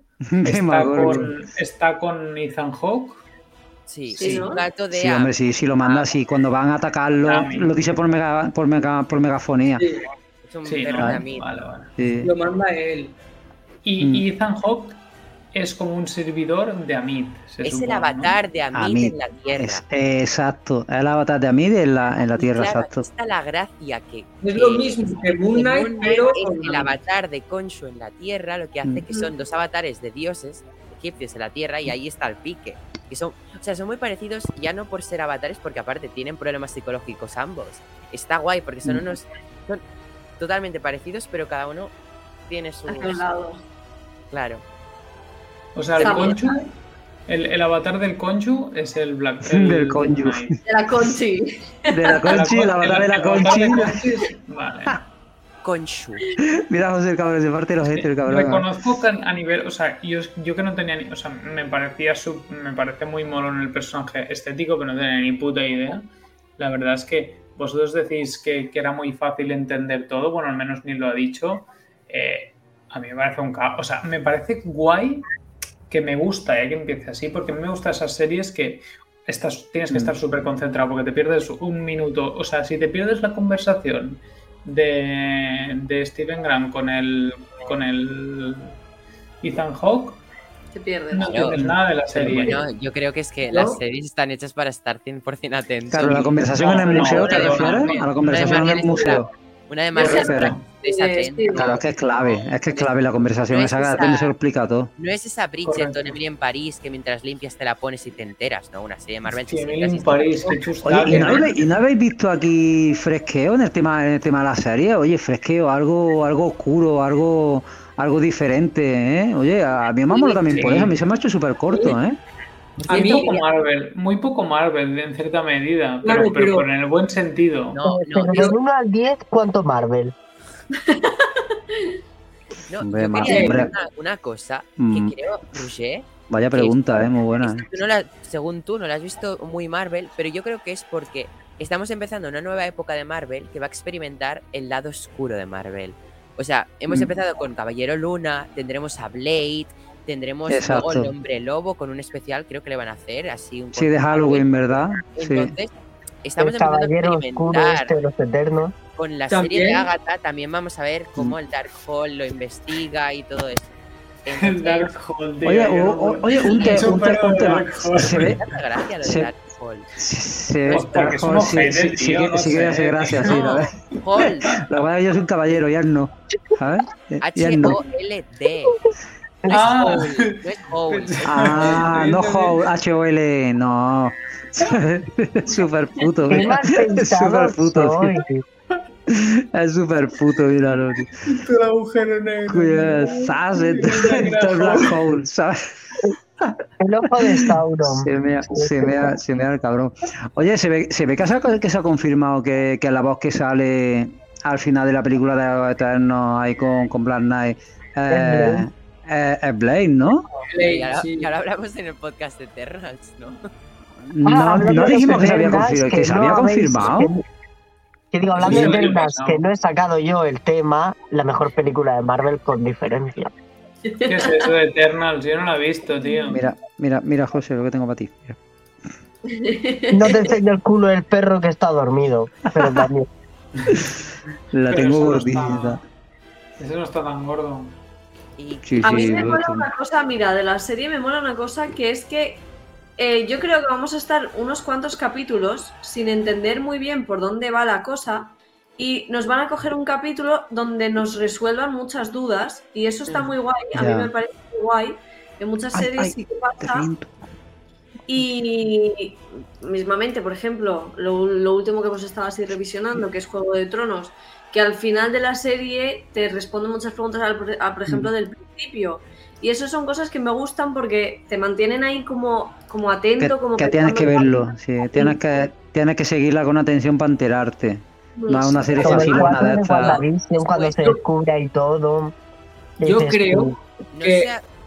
está con Ethan Hawke. Sí, Sí, es ¿no? un gato de Sí, hombre, sí, lo manda así. Cuando van a atacarlo, También. lo dice por megafonía. Sí, Es un Sí, perro ¿no? de Amit. Vale. Sí. lo manda él. Y Ethan Hawke es como un servidor de Amit. se Es el supone, ¿no? avatar de Amit Amit. en la Tierra. Exacto, es el avatar de Amid en la Tierra, Claro, exacto. aquí está la gracia que Es lo mismo que Moon Knight, Moon Knight pero es con el Amit. avatar de Khonshu en la Tierra, lo que hace que son dos avatares de dioses egipcios en la Tierra y ahí está el pique. Que son, o sea, son muy parecidos ya no por ser avatares, porque aparte tienen problemas psicológicos ambos. Está guay porque son totalmente parecidos, pero cada uno tiene su... Hacia un lado. Claro. O sea, el Está bien. Khonshu, el avatar del Khonshu es el Black. Del Khonshu. Knight. De la Conchi. De la Conchi, el avatar de la avatar Conchi. de Khonshu es- Vale. Khonshu. Mira, José, el cabrón, se parte los ojete, el cabrón. Reconozco que a nivel, o sea, yo que no tenía ni, o sea, me parece muy molón el personaje estético, pero no tenía ni puta idea. La verdad es que vosotros decís que era muy fácil entender todo, bueno, al menos ni lo ha dicho. A mí me parece o sea, me parece guay, que me gusta que empiece así, porque a mí me gustan esas series que tienes que estar súper concentrado, porque te pierdes un minuto. O sea, si te pierdes la conversación de Steven Grant con el Ethan Hawke, Te pierdes. no entiendes nada de la serie. Bueno, yo creo que es que las series están hechas para estar 100% atentos. Claro, la conversación en el museo, ¿te refieres? A la conversación en el museo. Una de Marvel es atenta. Claro, es que es clave la conversación, No es esa donde se lo explica todo. No es esa Bridgerton, Emily en París, que mientras limpias te la pones y te enteras, ¿no? Una serie de Marvel. Sí, Emily en París, qué chustada. Oye, ¿y no habéis visto aquí fresqueo en el tema de la serie? Oye, fresqueo, algo oscuro, algo diferente, ¿eh? Oye, a mí me mola también por eso, a mí se me ha hecho súper corto, ¿eh? Muy poco Marvel en cierta medida, Claro, pero en el buen sentido. Pero del 1 al 10, ¿cuánto Marvel? No, Hombre, yo quería hombre. decir una cosa que creo, Roger, Vaya pregunta, muy buena. según tú no la has visto muy Marvel, pero yo creo que es porque estamos empezando una nueva época de Marvel que va a experimentar el lado oscuro de Marvel. O sea, hemos empezado con Caballero Luna, tendremos a Blade, tendremos luego el Hombre Lobo con un especial, creo que le van a hacer así un Sí, de Halloween, ¿verdad? Entonces, estamos El empezando a caballero oscuro experimentar de los eternos. con la serie de Agatha. También vamos a ver cómo el Darkhold lo investiga y todo eso. El Darkhold, tío. Oye, un tema. Se ve. Sí que hace gracia, sí, la verdad. La verdad, yo soy un caballero, ya no. ¿Sabes? H-O-L-D. No es Hole. Ah, no Hole, H-O-L, no. Súper puto, mira. Es súper puto, tío. Es súper puto, míralo, tío. El agujero negro. Cuidado, ¿sabes? Entonces Black Hole, ¿sabes? El ojo de Sauron. Se me da el cabrón. Oye, se ve que se ha confirmado que la voz que sale al final de la película de los Eternos ahí con Black Knight es Blade, ¿no? Ya lo hablamos en el podcast de Eternals, ¿no? No dijimos que se había confirmado. ¿Que se había confirmado? Que digo, hablando de Eternals, que no he sacado yo el tema, la mejor película de Marvel con diferencia. ¿Qué es eso de Eternals? Yo no la he visto, tío. Mira, José, lo que tengo para ti. Mira. No te enseño el culo del perro que está dormido, pero también. La tengo gordita. Ese no está tan gordo. A mí me mola una cosa, mira, de la serie me mola una cosa, que es que yo creo que vamos a estar unos cuantos capítulos sin entender muy bien por dónde va la cosa y nos van a coger un capítulo donde nos resuelvan muchas dudas y eso está muy guay, a mí me parece muy guay. En muchas series sí que pasa. Y mismamente, por ejemplo, lo último que hemos estado así revisionando, que es Juego de Tronos, que al final de la serie te responde muchas preguntas, por ejemplo, del principio. Y eso son cosas que me gustan porque te mantienen ahí como atento. Que tienes que verlo, sí, tienes que seguirla con atención para enterarte. No es una serie facilona de esta. Cuando se descubre y todo. Yo creo que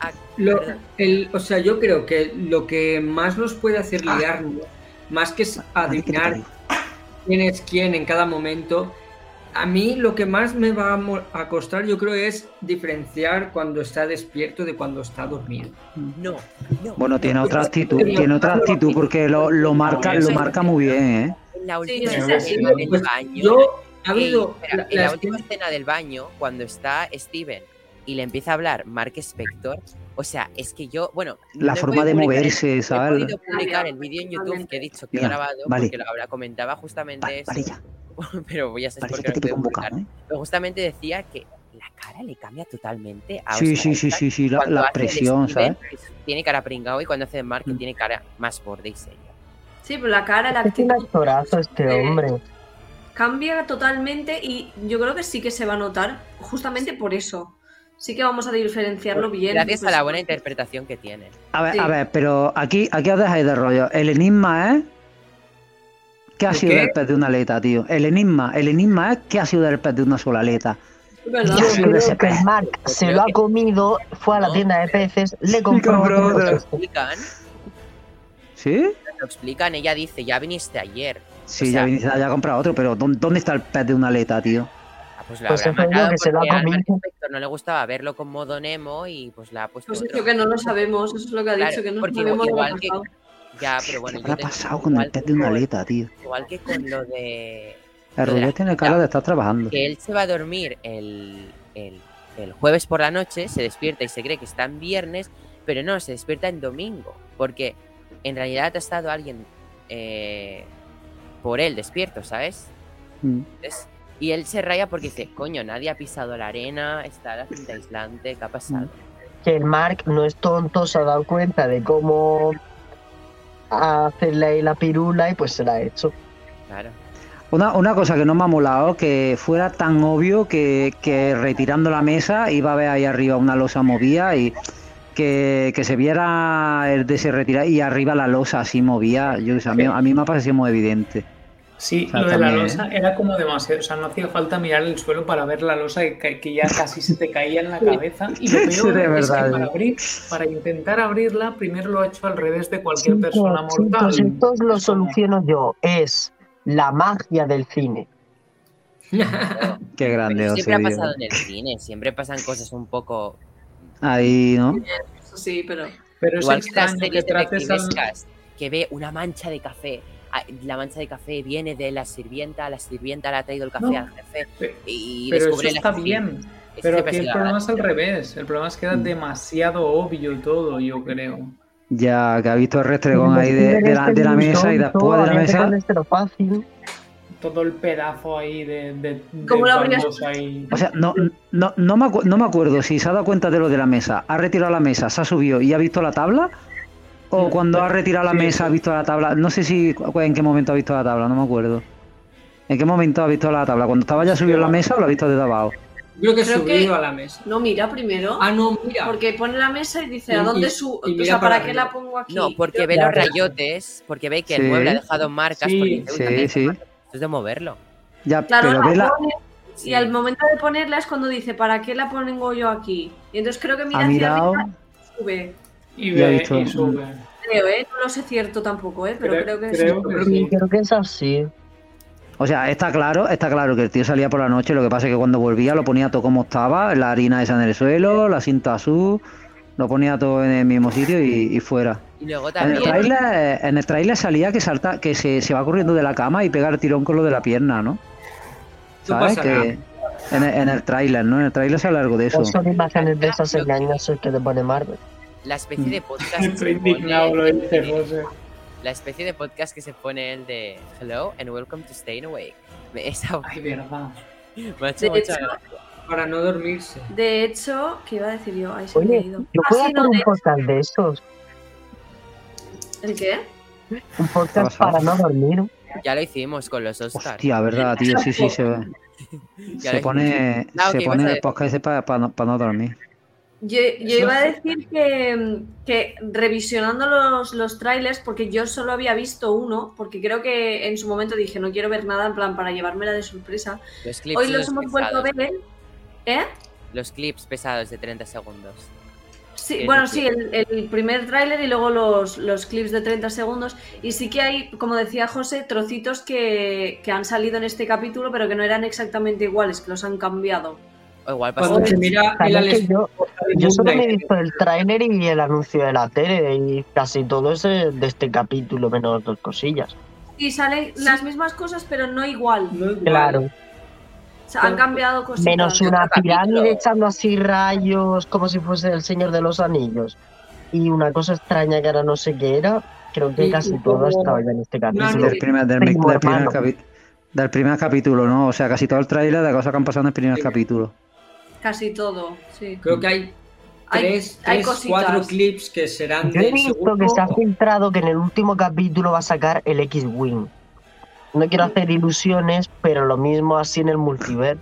yo creo que lo que más nos puede hacer liarnos, más que es adivinar quién es quién en cada momento, a mí lo que más me va a costar, yo creo, es diferenciar cuando está despierto de cuando está dormido. No. Tiene otra actitud, porque lo marca muy bien, ¿eh? En la última escena del baño. En la última escena del baño, cuando está Steven y le empieza a hablar Mark Spector, o sea, es que yo, la forma de moverse, ¿sabes? No he podido publicar el vídeo en YouTube que he dicho que he grabado, porque lo comentaba justamente eso. Vale, ya. Pero voy a ser porque no puedo publicar. Pero justamente decía que la cara le cambia totalmente a Sí, la presión, Steven, ¿sabes? Tiene cara pringao y cuando hace Mark tiene cara más borde y seria. Sí, pero la cara, la actitud. Es un actorazo este hombre. Cambia totalmente y yo creo que sí que se va a notar justamente por eso. Sí que vamos a diferenciarlo bien. Gracias a la buena interpretación que tiene. A ver, pero aquí os dejáis de rollo. El enigma es ¿Qué ha ¿El sido qué? del pez de una aleta, tío? El enigma es ¿qué ha sido del pez de una sola aleta? Es verdad. ¿Qué ha Yo sido de ese creo que pez? el Mark se lo ha comido, fue a la No. tienda de peces, le compró compró otro. otro. Lo explican, ¿Sí? ella dice, ya viniste ayer. Sí, O sea, ya ha comprado otro, pero ¿dónde está el pez de una aleta, tío? Pues lo Pues habrá eso es lo matado que se lo ha porque al comido. Inspector no le gustaba verlo con modo Nemo y pues la ha puesto Pues otro. dicho que no lo sabemos, eso es lo que ha Claro, dicho, que no porque sabemos lo que ha igual que... pasado. Ya, pero bueno, ¿Qué yo habrá tengo- pasado con igual el pez que de una con- aleta, tío? Igual que con lo de... El lo de la Rubén tiene cita, cara de estar trabajando. que él se va a dormir el jueves por la noche, se despierta y se cree que está en viernes, pero no, se despierta en domingo, porque en realidad ha estado alguien por él despierto, ¿sabes? Mm. Y él se raya porque dice, coño, nadie ha pisado la arena, está la cinta aislante, ¿qué ha pasado? Que el Mark no es tonto, se ha dado cuenta de cómo hacerle ahí la pirula y pues se la ha hecho. Claro. Una cosa que no me ha molado, que fuera tan obvio que retirando la mesa iba a ver ahí arriba una losa movía y que se viera el de ese retirar y arriba la losa así movía. Yo, o sea, a mí me ha parecido muy evidente. Sí, O sea, lo de la también, losa era como demasiado, o sea, no hacía falta mirar el suelo para ver la losa que ya casi se te caía en la cabeza. Y lo Sí, peor de es que verdad. para intentar abrirla, primero lo ha hecho al revés de cualquier persona Chicos, mortal. esto os lo Es como- soluciono yo. Es la magia del cine. Qué grande, Pero José, siempre ha Dios. pasado en el cine, siempre pasan cosas un poco... Ahí, ¿no? Eso sí, pero... Pero es Igual que las extraño que series trates al... detectivescas, que ve una mancha de café. La mancha de café viene de la sirvienta le ha traído el café No, al jefe pe- y Pero eso descubre el está asesino. bien. Es Pero siempre aquí ha el sido problema la es al revés. El problema es que era demasiado obvio todo, yo creo. Ya que ha visto el restregón ahí de la mesa y después de la mesa. Fácil. Todo el pedazo ahí de ¿Cómo lo habrías- baldosa ahí. O sea, no me acuerdo si se ha dado cuenta de lo de la mesa, ha retirado la mesa, se ha subido y ha visto la tabla, o cuando ha retirado la Sí, mesa sí. ha visto la tabla. No sé si en qué momento ha visto la tabla, no me acuerdo. ¿En qué momento ha visto la tabla? ¿Cuando estaba ya subido en la mesa o lo ha visto desde abajo? Creo que Creo subido que- a la mesa. No, mira primero. Ah, no, mira. Porque pone la mesa y dice, Y- ¿a dónde y- su...? y O mira sea, para ¿para qué arriba. la pongo aquí? No, porque ve Ya, los rayotes, porque ve que el Sí. mueble ha dejado marcas. Sí, porque dice, "Uy, ¿dónde hay sí. marcas?". Esto es de moverlo. Ya, Claro, pero la ve la. pone, Sí. y al momento de ponerla es cuando dice, ¿para qué la pongo yo aquí? Y entonces creo que mira Ha hacia mirado. arriba y sube. Y Ya he ve visto. y sube. Creo, No lo sé cierto tampoco, pero creo que creo sí. que Sí, sí. creo que es así. O sea, está claro que el tío salía por la noche, lo que pasa es que cuando volvía lo ponía todo como estaba, la harina esa en el suelo, la cinta azul, lo ponía todo en el mismo sitio y fuera. Y luego En el también... tráiler salía que salta, que se va corriendo de la cama y pega el tirón con lo de la pierna, ¿no? No ¿Sabes? pasa nada. Que en el tráiler, ¿no? En el tráiler sale algo de eso. O son imágenes de esas engañosas que te pone Marvel. La especie de podcast que Estoy se pone... indignado, lo dice José. La especie de podcast que se pone el de Hello and welcome to Staying Awake. Esa Ay, verdad. me ha hecho De mucha hecho, gracia. Para no dormirse. De hecho, ¿qué iba a decir yo? Ahí se me ha Oye, ido. yo Ah, puedo sí, hacer no, un podcast de esos. ¿El qué? Un podcast pasado? para no dormir. Ya lo hicimos con los Oscars. Hostia, verdad, tío, sí, se Ya se lo pone, No, se ¿qué ibas a pone el decir? podcast ese para no dormir. Yo iba a decir que revisionando los trailers, porque yo solo había visto uno, porque creo que en su momento dije, no quiero ver nada, en plan, para llevármela de sorpresa. Los clips Hoy los esos hemos vuelto a pesados. ver. ¿Eh? Los clips pesados de 30 segundos. Sí, ¿Qué bueno, decir? sí, el primer tráiler y luego los clips de 30 segundos. Y sí que hay, como decía José, trocitos que han salido en este capítulo, pero que no eran exactamente iguales, que los han cambiado. O igual pasa. Cuando se mira el Sabes que Alex yo solo me he visto el tráiler y el anuncio de la tele y casi todo es de este capítulo, menos dos cosillas. Y salen las mismas cosas, pero no igual. no igual. Claro. O sea, han cambiado cositas. Menos una Otro pirámide capítulo. echando así rayos como si fuese el Señor de los Anillos. Y una cosa extraña que ahora no sé qué era. Creo que Y casi como todo estaba ya en este capítulo. no, Primo hermano. Del primer capítulo, ¿no? O sea, casi todo el tráiler de cosas que han pasado en el primer Sí. capítulo. Casi todo, sí. Creo que hay Hay 4 cositas. clips que serán Yo he del visto segundo. que se ha filtrado que en el último capítulo va a sacar el X-Wing. No quiero hacer ilusiones, pero lo mismo así en el multiverso.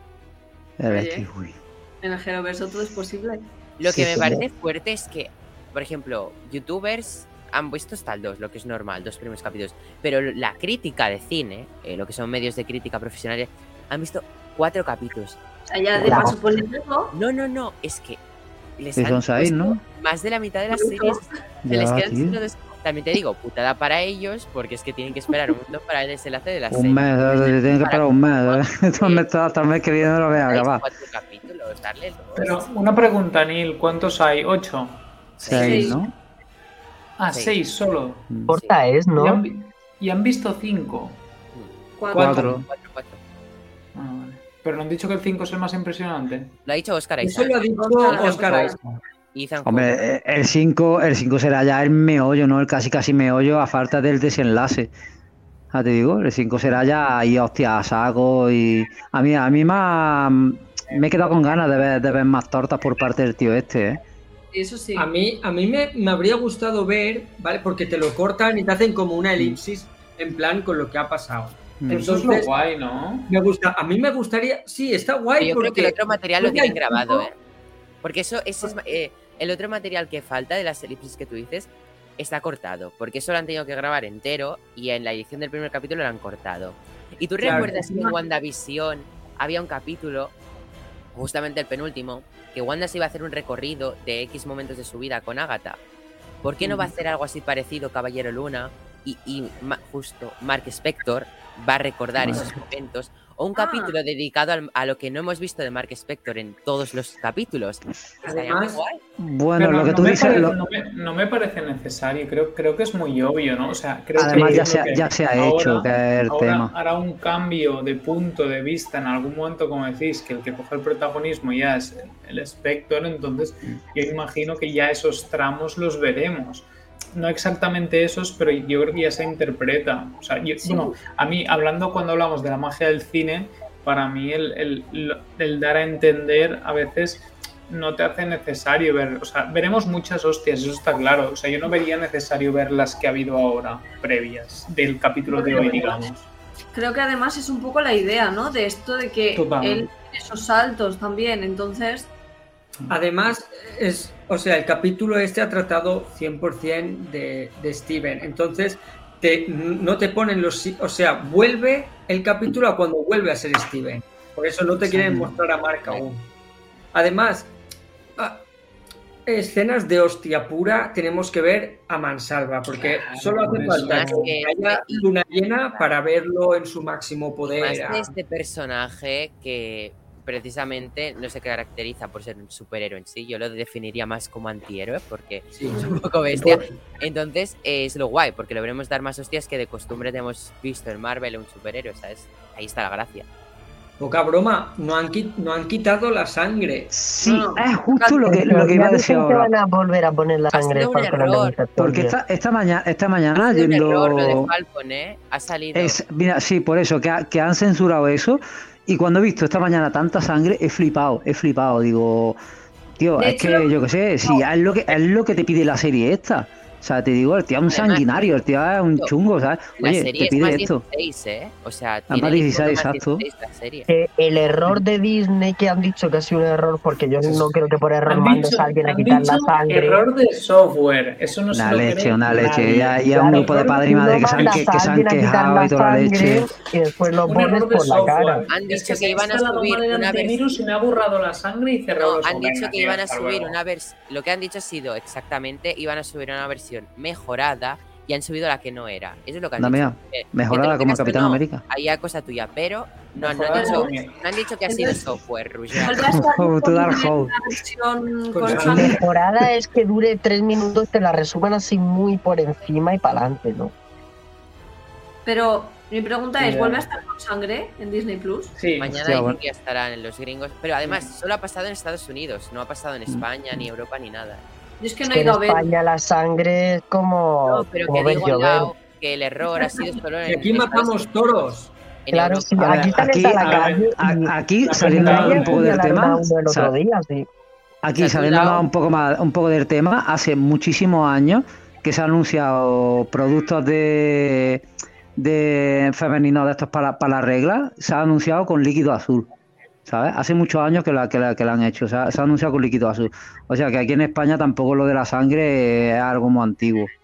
Oye. En el Geroverso todo es posible. Lo que Sí, me sí. parece fuerte es que, por ejemplo, youtubers han visto hasta el 2, lo que es normal, 2 primeros capítulos. Pero la crítica de cine, lo que son medios de crítica profesionales, han visto 4 capítulos. O sea, ya de paso por el juego. No, es que les son han 6, ¿no? más de la mitad de las series. Se les quedan sin los- También te digo, putada para ellos, porque es que tienen que esperar un mundo para el desenlace de la serie. Un mes, tienen que esperar un mes. Hasta el mes que viene no lo voy a acabar. 4 capítulos, darle dos. Pero una pregunta, Neil, ¿cuántos hay? ¿8? 6, ¿no? Ah, Sí. 6 solo. Corta es, Y ¿no? y han visto 5. 4. 4. Ah, vale. Pero no han dicho que el 5 es el más impresionante. Lo ha dicho Oscar Eso Isaac. lo ha dicho Oscar Isaac. Ethan Hawke. Hombre, el 5 será ya el meollo, ¿no? El casi meollo a falta del desenlace. Ya te digo, el 5 será ya ahí, hostia, a saco y... A mí me he quedado con ganas de ver más tortas por parte del tío este, ¿eh? Eso sí. A mí me habría gustado ver, ¿vale? Porque te lo cortan y te hacen como una elipsis en plan con lo que ha pasado. Eso es lo guay, ¿no? A mí me gustaría... Sí, está guay Yo creo que el otro material lo porque tienen hay grabado, cinco- ¿eh? Porque eso es el otro material que falta de las elipsis que tú dices está cortado, porque eso lo han tenido que grabar entero y en la edición del primer capítulo lo han cortado. ¿Y tú Claro. recuerdas que en WandaVision había un capítulo, justamente el penúltimo, que Wanda se iba a hacer un recorrido de X momentos de su vida con Agatha? ¿Por qué no va a hacer algo así parecido Caballero Luna y justo Mark Spector va a recordar esos momentos? O un capítulo dedicado a lo que no hemos visto de Mark Spector en todos los capítulos. Estaría muy Además, guay. Bueno, Pero lo que no tú me dices... parece- no me parece necesario, creo que es muy obvio, ¿no? O sea, creo Además, que ya se ha hecho, que es el ahora tema. hará un cambio de punto de vista en algún momento, como decís, que el que coge el protagonismo ya es el Spector, entonces yo imagino que ya esos tramos los veremos. No exactamente esos, pero yo creo que ya se interpreta. O sea, bueno, a mí, cuando hablamos de la magia del cine, para mí el dar a entender a veces no te hace necesario ver, o sea, veremos muchas hostias, eso está claro. O sea, yo no vería necesario ver las que ha habido ahora, previas, del capítulo de hoy, digamos. Creo que además es un poco la idea, ¿no? De esto de que Totalmente. él tiene esos saltos también, entonces... además, el capítulo este ha tratado 100% de Steven. Entonces, no te ponen vuelve el capítulo a cuando vuelve a ser Steven. Por eso no te quieren mostrar a Mark aún. Además, escenas de hostia pura tenemos que ver a mansalva, porque solo hace falta más que que haya luna llena para verlo en su máximo Más poder. de este personaje que precisamente no se caracteriza por ser un superhéroe en sí, yo lo definiría más como antihéroe porque Sí. es un poco bestia. Entonces es lo guay, porque lo veremos dar más hostias que de costumbre te hemos visto en Marvel un superhéroe, ¿sabes? Ahí está la gracia. Poca broma, no han quitado la sangre. Sí, No, es justo lo que iba a Ya decir dicen que ahora. van a volver a poner la Ha sangre sido un de Falcon and the error, Winter Porque Soldier. esta mañana Ha sido un error lo de yendo... Falcon, ¿eh? Ha salido... Mira, sí, por eso, que han censurado eso. Y cuando he visto esta mañana tanta sangre, he flipado. Digo, tío, De es hecho, que yo qué sé, si es lo que te pide la serie esta. O sea, te digo, el tío es un Además, sanguinario, el tío es un chungo, ¿sabes? La Oye, serie te es pide más esto. 16, ¿eh? O sea, más tiene 16, más exacto. 16 la serie. Que el error de Disney que han dicho que ha sido un error, porque yo no creo que por error Han mandes dicho- a alguien a han quitar la dicho sangre. error de software, eso no se Una lo leche, cree una leche. nadie. Ya un Claro, grupo de padres y Tú madres no que se mandas a han alguien a quitar quejado la y toda la sangre leche. y después lo Un pones error de por la software. cara. Han Es dicho que que se ha iban a instalado subir mal el una versión. antivirus y me ha borrado la sangre y cerrado No, los han dicho que iban a hasta subir luego. una versión. Lo que han dicho ha sido exactamente, iban a subir una versión mejorada y han subido la que no era. Eso es lo que han Anda, dicho. mira, Que mejorada te lo como creas o Capitán no, América. ahí a cosa tuya, pero no han Mejorada dicho, también. no han dicho que ha sido Entonces, software, Rusia. vuelve a estar To Dark disponible Hole. una versión Con con sangre. sangre. Mejorada es que dure 3 minutos, te la resuman así muy por encima y para adelante, ¿no? Pero mi pregunta es, Ya. ¿vuelve a estar con sangre en Disney Plus? Sí, Mañana Hostia, dicen bueno. que ya estarán en los gringos. Pero además, solo ha pasado en Estados Unidos, no ha pasado en España, ni Europa, ni nada. Yo es que Es no que he en ido a ver. España la sangre es como, No, pero como que ver digo, llover. Lau, que el error ha sido solo en Y aquí Estados matamos Unidos. toros. En Claro, Europa. sí, A ver, aquí sales aquí- a la a ver, calle y Aquí, La saliéndonos pregunta- un poco del señalaron tema, a uno el otro día, sí. aquí O sea, tú, saliéndonos Lau, un poco del tema, hace muchísimos años que se han anunciado productos de femeninos de estos para la regla, se ha anunciado con líquido azul, ¿sabes? Hace muchos años que la han hecho, se ha anunciado con líquido azul. O sea que aquí en España tampoco lo de la sangre es algo muy antiguo.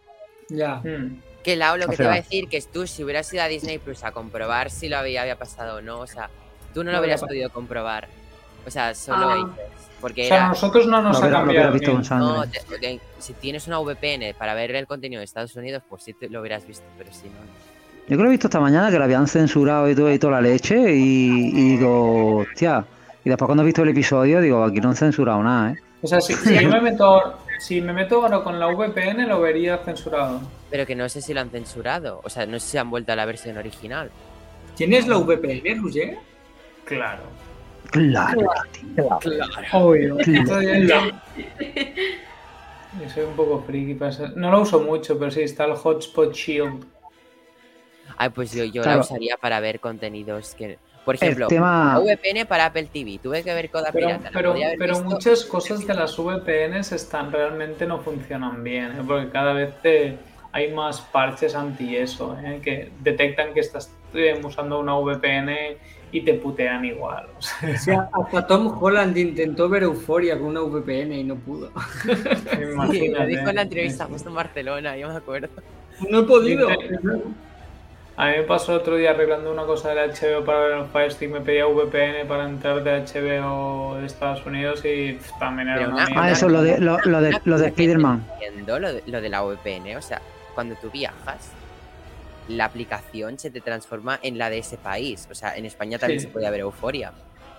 Ya. Que Lau, lo O que te sea- iba a decir, que tú, si hubieras ido a Disney Plus a comprobar si lo había pasado o no, o sea, tú no lo No hubieras había podido comprobar. O sea, solo Ah. dices. Porque O sea, a era. nosotros no nos Lo ha hubiera cambiado. visto con ni- sangre. No, si tienes una VPN para ver el contenido de Estados Unidos, pues sí lo hubieras visto, pero si no. Yo creo que lo he visto esta mañana que lo habían censurado y toda la leche y digo, hostia. Y después cuando he visto el episodio digo, aquí no han censurado nada, ¿eh? O sea, si yo me meto ahora con la VPN, lo vería censurado. Pero que no sé si lo han censurado. O sea, no sé si han vuelto a la versión original. ¿Tienes la VPN, Roger? Claro. Claro. Obvio. Claro. Yo soy un poco friki para eso. No lo uso mucho, pero sí está el Hotspot Shield. Ay, pues yo Claro. la usaría para ver contenidos que. Por ejemplo, El tema... la VPN para Apple TV. Tuve que ver Coda Pirata. la podía haber Pero visto. muchas cosas de las VPNs realmente no funcionan bien, ¿eh? Porque cada vez hay más parches anti eso, ¿eh? Que detectan que estás usando una VPN y te putean igual. O sea, O sea, hasta Tom Holland intentó ver Euforia con una VPN y no pudo. Sí, lo imagínate. dijo en la entrevista justo en Barcelona, yo me acuerdo. No he podido. A mí me pasó el otro día arreglando una cosa del HBO para ver el Fire Stick, me pedía VPN para entrar de HBO de Estados Unidos y también era Pero una una- mierda. Ah, eso, lo de Spider-Man. Entiendo lo de la VPN, o sea, cuando tú viajas, la aplicación se te transforma en la de ese país. O sea, en España también Sí. se podía ver Euforia.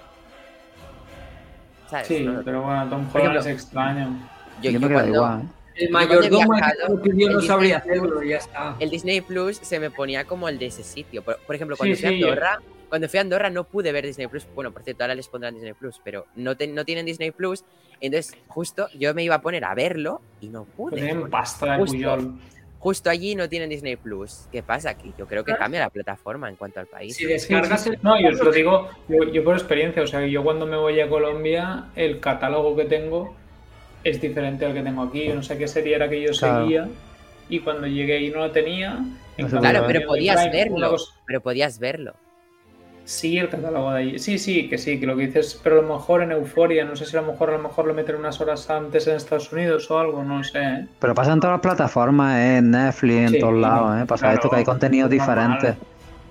¿Sabes? Sí, No- pero bueno, Tom Por Holland ejemplo, es extraño. Yo me quedo cuando- igual, ¿eh? El cuando he mayordomo viajado, que yo no el sabría Disney Plus- hacerlo y ya está. El Disney Plus se me ponía como el de ese sitio. Por ejemplo, Sí, cuando fui a sí, Andorra, cuando fui a Andorra no pude ver Disney Plus. Bueno, por cierto, ahora les pondrán Disney Plus, pero no tienen Disney Plus. Entonces, justo yo me iba a poner a verlo y no pude. Tienen pasta de Justo. Puyol. Justo allí no tienen Disney Plus. ¿Qué pasa aquí? Yo creo que cambia la plataforma en cuanto al país. Si Sí, descargas sí. el... No, yo os lo digo, yo por experiencia, o sea, yo cuando me voy a Colombia, el catálogo que tengo es diferente al que tengo aquí. Yo no sé qué serie era que yo Claro. seguía y cuando llegué ahí no lo tenía. En No cambio, Claro, sabía. pero en podías Prime, una verlo. cosa- Pero podías verlo. Sí, el catálogo de ahí. Sí, que lo que dices, pero a lo mejor en Euforia, no sé si a lo mejor lo meten unas horas antes en Estados Unidos o algo, no sé. ¿Eh? Pero pasa en todas las plataformas, en Netflix, en Sí, todos lados, ¿eh? Pasa claro, esto que hay contenidos es normal. diferentes.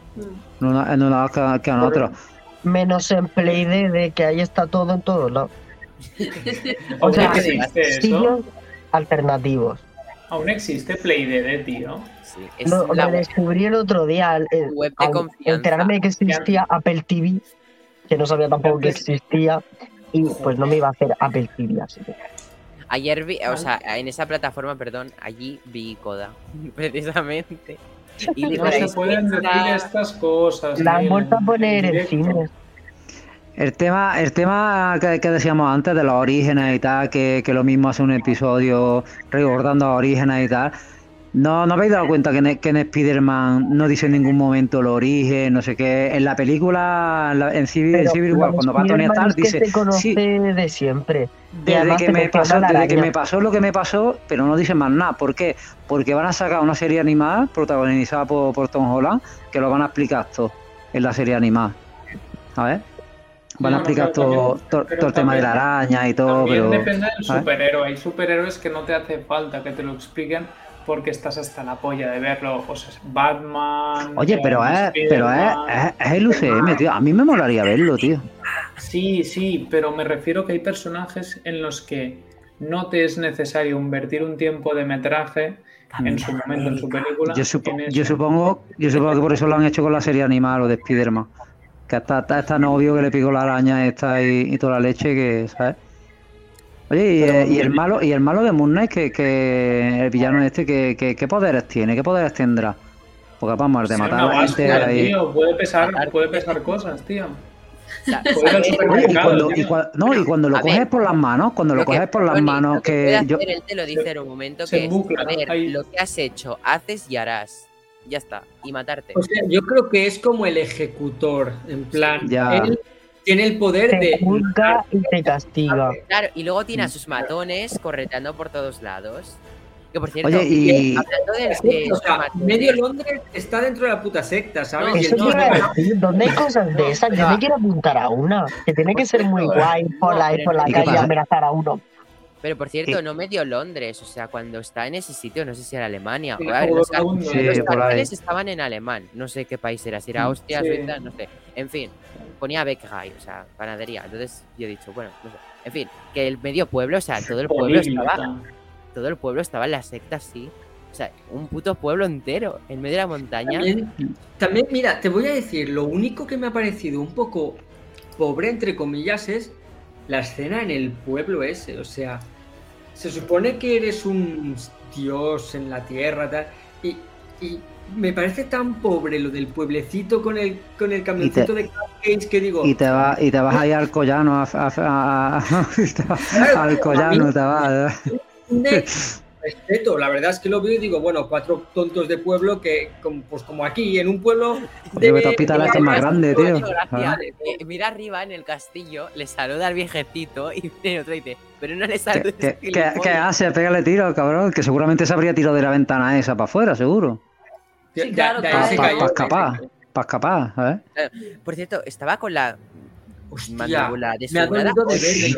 En unos lados que en otros. Menos en Play de que ahí está todo en todos lados. ¿Aún sea, existe eso? Sitios alternativos. Aún existe PlayDD, tío. Sí, es Lo la descubrí el otro día web de al confianza. enterarme de que existía Apple TV, que no sabía tampoco que existía, y pues no me iba a hacer Apple TV, así que... Ayer vi, o sea, en esa plataforma, perdón, allí vi Coda, precisamente. Y digo, No se es pueden que decir está- estas cosas. La han Miguel, vuelto a poner en directo. cines. El tema que decíamos antes de los orígenes y tal, que lo mismo hace un episodio recordando los orígenes y tal. ¿No habéis dado cuenta que en Spider-Man no dice en ningún momento el origen, no sé qué? En la película, en Civil War, cuando va Tony Stark, es que dice, se conoce sí, de siempre. Y desde además que te me menciona pasó, la desde que araña. me pasó lo que me pasó, pero no dice más nada. ¿Por qué? Porque van a sacar una serie animada protagonizada por Tom Holland, que lo van a explicar todo en la serie animada. A ver. Van a No, explicar pero todo también- el tema de la araña y todo, También pero... depende del ¿sabes? superhéroe. Hay superhéroes que no te hace falta que te lo expliquen porque estás hasta la polla de verlo. O sea, Batman. Oye, pero es Spiderman. el UCM, tío. A mí me molaría verlo, tío. Sí, pero me refiero que hay personajes en los que no te es necesario invertir un tiempo de metraje en su momento, en su película. Yo en eso. supongo que por eso lo han hecho con la serie animada, lo de Spider-Man. Que está novio que le picó la araña esta y toda la leche que, ¿sabes? Oye, y el malo de Moon Knight, que el villano este, ¿qué poderes tiene? ¿Qué poderes tendrá? Porque vamos, de Ser matar una a la gente báscula, ahí. tío, puede pesar cosas, tío. Sa- Puede ir al saber- supermercado. Oye, tío. y cuando lo A ver, coges por las manos, Tony, lo que puede que yo... hacer, él te lo dice en un momento, se que es, bucla, a ver, ahí. lo que has hecho, haces y harás. Ya está, y matarte. O sea, yo creo que es como el ejecutor, en plan, Ya. él tiene el poder Te de... juzga y te castiga. Claro, y luego tiene a sus matones correteando por todos lados. Que por cierto, Oye, y... hablando de O sus sea, matones, medio Londres está dentro de la puta secta, ¿sabes? No, Y Eso él te iba a decir, ¿dónde hay cosas de esas? Yo me quiero apuntar a una. Que tiene que ser muy guay por la pero calle ¿y qué y pasa? amenazar a uno. Pero por cierto, Sí. no medio Londres, o sea, cuando está en ese sitio, no sé si era Alemania. Sí, A ver, o los segundo. Sí, los por ahí. carteles estaban en alemán, no sé qué país era, si era Austria, Sí. Suiza, no sé. En fin, ponía Bäckerei, o sea, panadería. Entonces yo he dicho, bueno, no sé. En fin, que el medio pueblo, o sea, todo el pueblo estaba en la secta, sí. O sea, un puto pueblo entero, en medio de la montaña. También, mira, te voy a decir, lo único que me ha parecido un poco pobre, entre comillas, es la escena en el pueblo ese. O sea, se supone que eres un dios en la tierra, tal, y me parece tan pobre lo del pueblecito con el camioncito de cupcakes que digo... Y te vas ahí al Collano, al Collano te vas. Respeto, la verdad es que lo veo y digo, bueno, 4 tontos de pueblo que, pues como aquí, en un pueblo... Creo que tu hospital es más grande, tío. Gracias. Mira arriba en el castillo, le saluda al viejecito y viene otro y dice, pero no le saludes. ¿Qué hace? Pégale tiro, cabrón, que seguramente se habría tirado de la ventana esa para afuera, seguro. Sí, claro, ahí claro. se Para cayó. escapar, ¿sabes? Por cierto, estaba con la Hostia, mandíbula me ha desfigurada. dolido de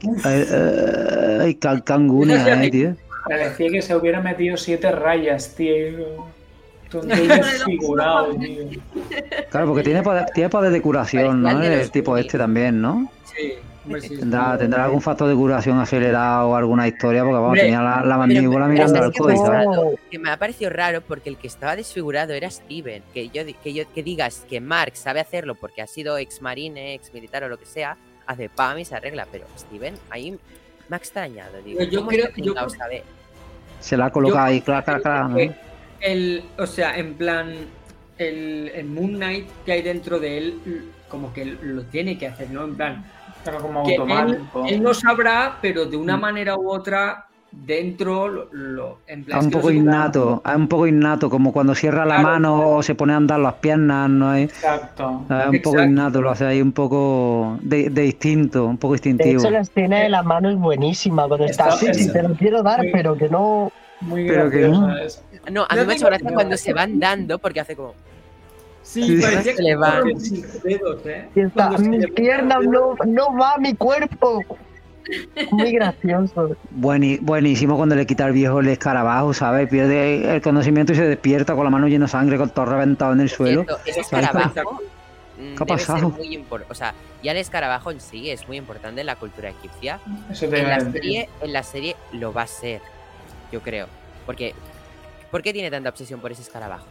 verlo. Ay, cangunia, tío. Parecía que se hubiera metido 7 rayas, tío. Tontillo desfigurado, tío. Claro, porque tiene poder de curación, ¿no? Parecía el de El los tipo Goonies. este también, ¿no? Sí, hombre, sí. Tendrá algún factor de curación acelerado o alguna historia, porque vamos, Hombre, tenía la mandíbula pero mirando ¿sabes al qué COVID, pasa? ¿sabes? Que me ha parecido raro porque el que estaba desfigurado era Steven. Que digas que Mark sabe hacerlo porque ha sido ex marine, ex militar o lo que sea, hace pam y se arregla. Pero Steven ahí me ha extrañado. Digo, Yo ¿cómo creo- este pringao sabe? Se la ha colocado ahí, claro, ¿no? O sea, en plan, el Moon Knight que hay dentro de él, como que lo tiene que hacer, ¿no? En plan, Pero como que automático. él no sabrá, pero de una manera u otra, dentro, en plan... Es un que no poco sé cómo- innato, como cuando cierra la Claro. mano o se pone a andar las piernas, ¿no? Es Exacto. un poco Exacto. innato, lo hace ahí un poco de instinto, un poco De instintivo. hecho, la escena de la mano es buenísima. Cuando está Está- así, te lo quiero dar, muy- pero que no. Muy Pero que graciosa no. esa. No, a mí No me ha hecho tengo- gracia cuando se van dando porque hace como... Sí, Sí. parecía Se le va. que sin dedos, ¿eh? Y está, Cuando se mis le- piernas no va a mi cuerpo. Muy gracioso. Buenísimo cuando le quita al viejo el escarabajo, ¿sabes? Pierde el conocimiento y se despierta con la mano llena de sangre, con todo reventado en el suelo. Cierto, ese ¿Sabes? escarabajo ¿Qué ha debe ser pasado? muy importante. O sea, ya el escarabajo en sí es muy importante en la cultura egipcia. Eso te En iba a la, decir. serie lo va a ser, yo creo. Porque, ¿por qué tiene tanta obsesión por ese escarabajo?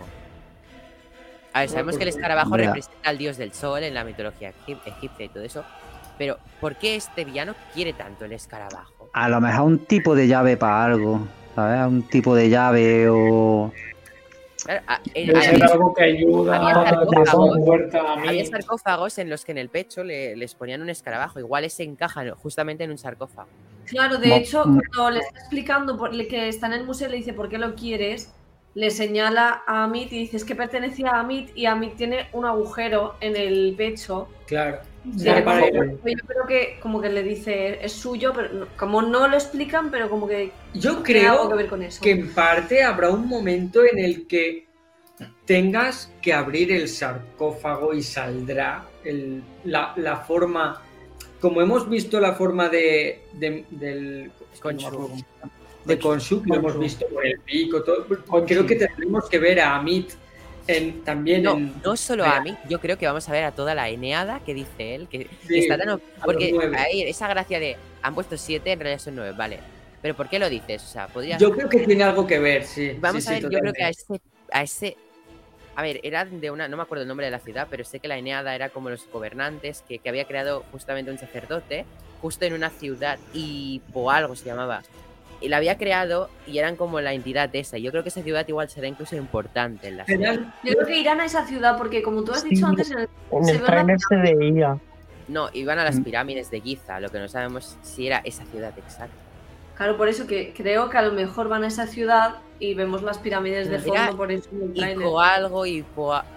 A ver, sabemos que el escarabajo Hombre, representa al dios del sol en la mitología egipcia y todo eso. Pero, ¿por qué este villano quiere tanto el escarabajo? A lo mejor un tipo de llave para algo, ¿sabes? Un tipo de llave o... Claro, Debe ser algo que ayuda había a sarcófagos. la puerta a mí. había sarcófagos en los que en el pecho les ponían un escarabajo. Igual ese encaja justamente en un sarcófago. Claro, de hecho, cuando le está explicando que está en el museo, le dice ¿por qué lo quieres? Le señala a Amit y dice es que pertenecía a Amit y Amit tiene un agujero en el pecho. Claro. Sí, Ya, como- para- yo creo que como que le dice es suyo, pero como no lo explican, pero como que Yo tiene algo creo que ver con eso. que en parte habrá un momento en el que tengas que abrir el sarcófago y saldrá la forma, como hemos visto la forma del Khonshu. de Khonshu, lo hemos visto con el pico, todo. Creo que tendremos que ver a Amit también No, en... no solo a mí, yo creo que vamos a ver a toda la Eneada que dice él, que Sí, está tan... a los Porque 9. ahí esa gracia de han puesto 7, en realidad son 9, vale. Pero ¿por qué lo dices? O sea, podría... Yo creo que tiene algo que ver, sí. Vamos sí, a ver, sí, yo creo que totalmente. a ese... A ver, era de una... No me acuerdo el nombre de la ciudad, pero sé que la Eneada era como los gobernantes que había creado justamente un sacerdote, justo en una ciudad, y algo se llamaba. Y la había creado y eran como la entidad esa. Y yo creo que esa ciudad igual será incluso importante en la ciudad. Serán- Yo creo que irán a esa ciudad porque como tú has Sí, dicho antes, en el, En se el ve una- trailer se veía. No, iban a las pirámides de Giza, lo que no sabemos si era esa ciudad exacta. Claro, por eso que creo que a lo mejor van a esa ciudad y vemos las pirámides de Era fondo por eso en el tráiler. algo y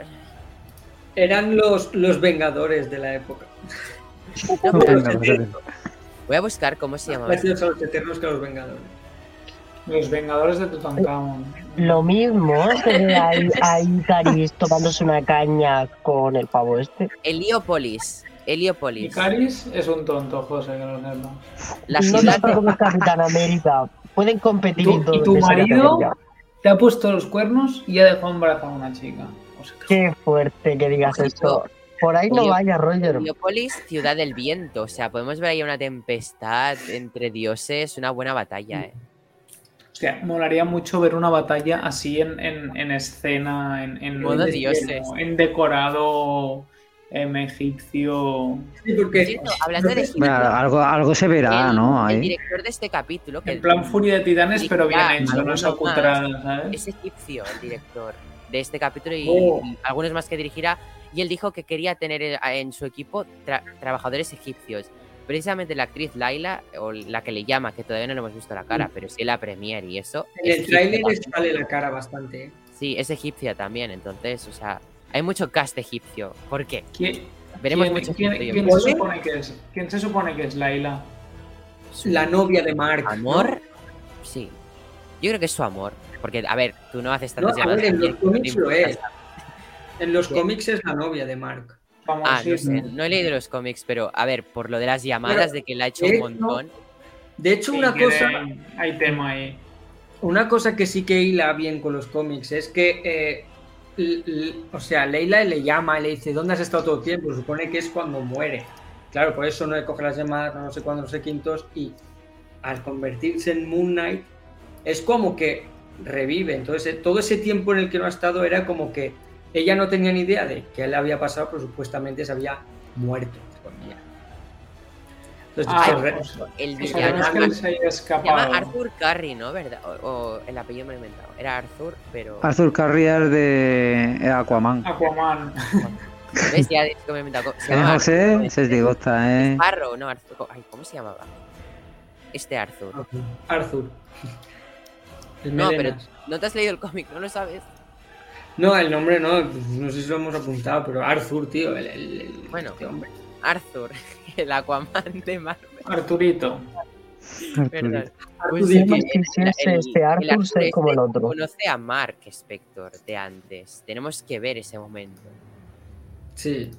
Eran los Vengadores de la época. No, pero voy a buscar cómo se llamaba. Parecidos a los Eternos que a los Vengadores. Los Vengadores de Tutankamón. Lo mismo se ve ahí a Icaris tomándose una caña con el pavo este. Heliópolis. Heliópolis. Icaris es un tonto, José, que lo sepa. La No ciudad tanto como Capitán América. Pueden competir en todo. Y tu en esa marido categoría. te ha puesto los cuernos y ha dejado embarazada a una chica. O sea, Qué fuerte que digas Ojito. esto. Por ahí no Helio- vaya, Roger. Heliópolis, ciudad del viento. O sea, podemos ver ahí una tempestad entre dioses, una buena batalla, ¿eh? hostia, molaría mucho ver una batalla así en escena, en Modo en- dioses. en decorado egipcio. Sí, porque Cierto, hablando de Egipto, Bueno, algo se verá, ¿no? el Ahí. director de este capítulo, que En plan Furia de Titanes, pero bien dirigirá hecho, no algunos esa más, cutrada, ¿sabes? es egipcio el director de este capítulo y Oh. algunos más que dirigirá. Y él dijo que quería tener en su equipo trabajadores egipcios. Precisamente la actriz Laila, o la que le llama, que todavía no le hemos visto la cara, pero sí la premier y eso. en es el egipcia tráiler también. sale la cara bastante. ¿Eh? Sí, es egipcia también, entonces, o sea, hay mucho cast egipcio. ¿Por qué? ¿Quién, Veremos quién- mucho quién- egipcio. quién ¿Cuál se es? supone que es? ¿Quién se supone que es Laila? La novia de Mark. ¿no? ¿Amor? Sí. Yo creo que es su amor. Porque, a ver, tú no haces No, tantas a ver, en llamadas. los cómics lo es. En los ¿Quién? cómics es la novia de Mark. Ah, no sé, Famosísimo. no he leído los cómics, pero a ver, por lo de las llamadas, Pero, de que le ha hecho un de hecho, montón. De hecho, Sí, una que cosa, hay tema ahí. una cosa que sí que hila bien con los cómics es que, o sea, Leila le llama y le dice, ¿dónde has estado todo el tiempo? Supone que es cuando muere. Claro, por eso no le coge las llamadas, no sé cuándo, no sé quintos, y al convertirse en Moon Knight es como que revive. Entonces, todo ese tiempo en el que no ha estado era como que ella no tenía ni idea de qué le había pasado, pero supuestamente se había muerto. Entonces, Ah, se re- pues, El o sea, no es que villano él se haya se llama escapado. Arthur Curry, ¿no? ¿Verdad? O el apellido me lo he inventado. Era Arthur, pero. Arthur Carrier de Aquaman. Aquaman. ¿Ves? Ya es que me he inventado. Se llama José, Arthur, se digo, está, Sparrow, no, Arthur. Ay, ¿cómo se llamaba? Este Arthur. Arthur. El No, pero melenas. no te has leído el cómic, no lo sabes. No, el nombre no, pues no sé si lo hemos apuntado, pero Arthur, tío, Bueno. este hombre. Arthur, el Aquaman de Marvel. Arturito. Perdón. Arthur Sí, Dickens. más quisiese este Arthur ser como el otro. Conoce a Mark Spector de antes. Tenemos que ver ese momento. Sí.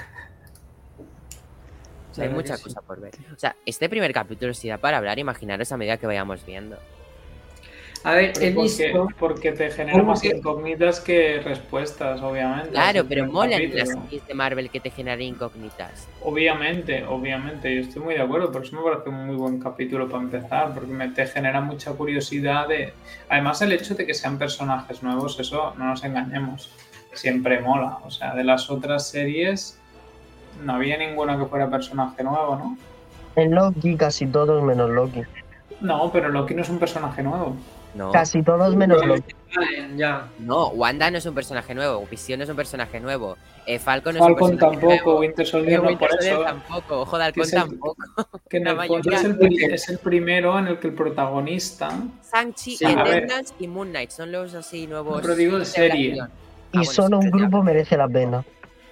O sea, hay La verdad mucha que sí. cosa por ver. O sea, este primer capítulo sí da para hablar, imaginaros a medida que vayamos viendo. A ver, he Porque, visto. porque te genera ¿Cómo más que? incógnitas que respuestas, obviamente. Claro, Es pero el molan capítulo. las series de Marvel que te generan incógnitas. Obviamente, yo estoy muy de acuerdo, por eso me parece un muy buen capítulo para empezar, porque te genera mucha curiosidad de... Además, el hecho de que sean personajes nuevos, eso no nos engañemos, siempre mola. O sea, de las otras series no había ninguna que fuera personaje nuevo, ¿no? En Loki casi todos menos Loki. No, pero Loki no es un personaje nuevo. No, Casi todos menos Loki. Ya. no, Wanda no es un personaje nuevo, Visión no es un personaje nuevo, Falcon no Falcon es un personaje tampoco, nuevo, Winter Soldier no, Winter por Soldier eso. tampoco, Ojo de Halcón es el- tampoco. Que en La el fondo mayoría- es el primero en el que el protagonista... Shang-Chi, Sí, a ver. Eternals y Moon Knight son los así nuevos. Pero digo de serie. revelación. Y bueno, solo sí, un pero grupo merece la pena.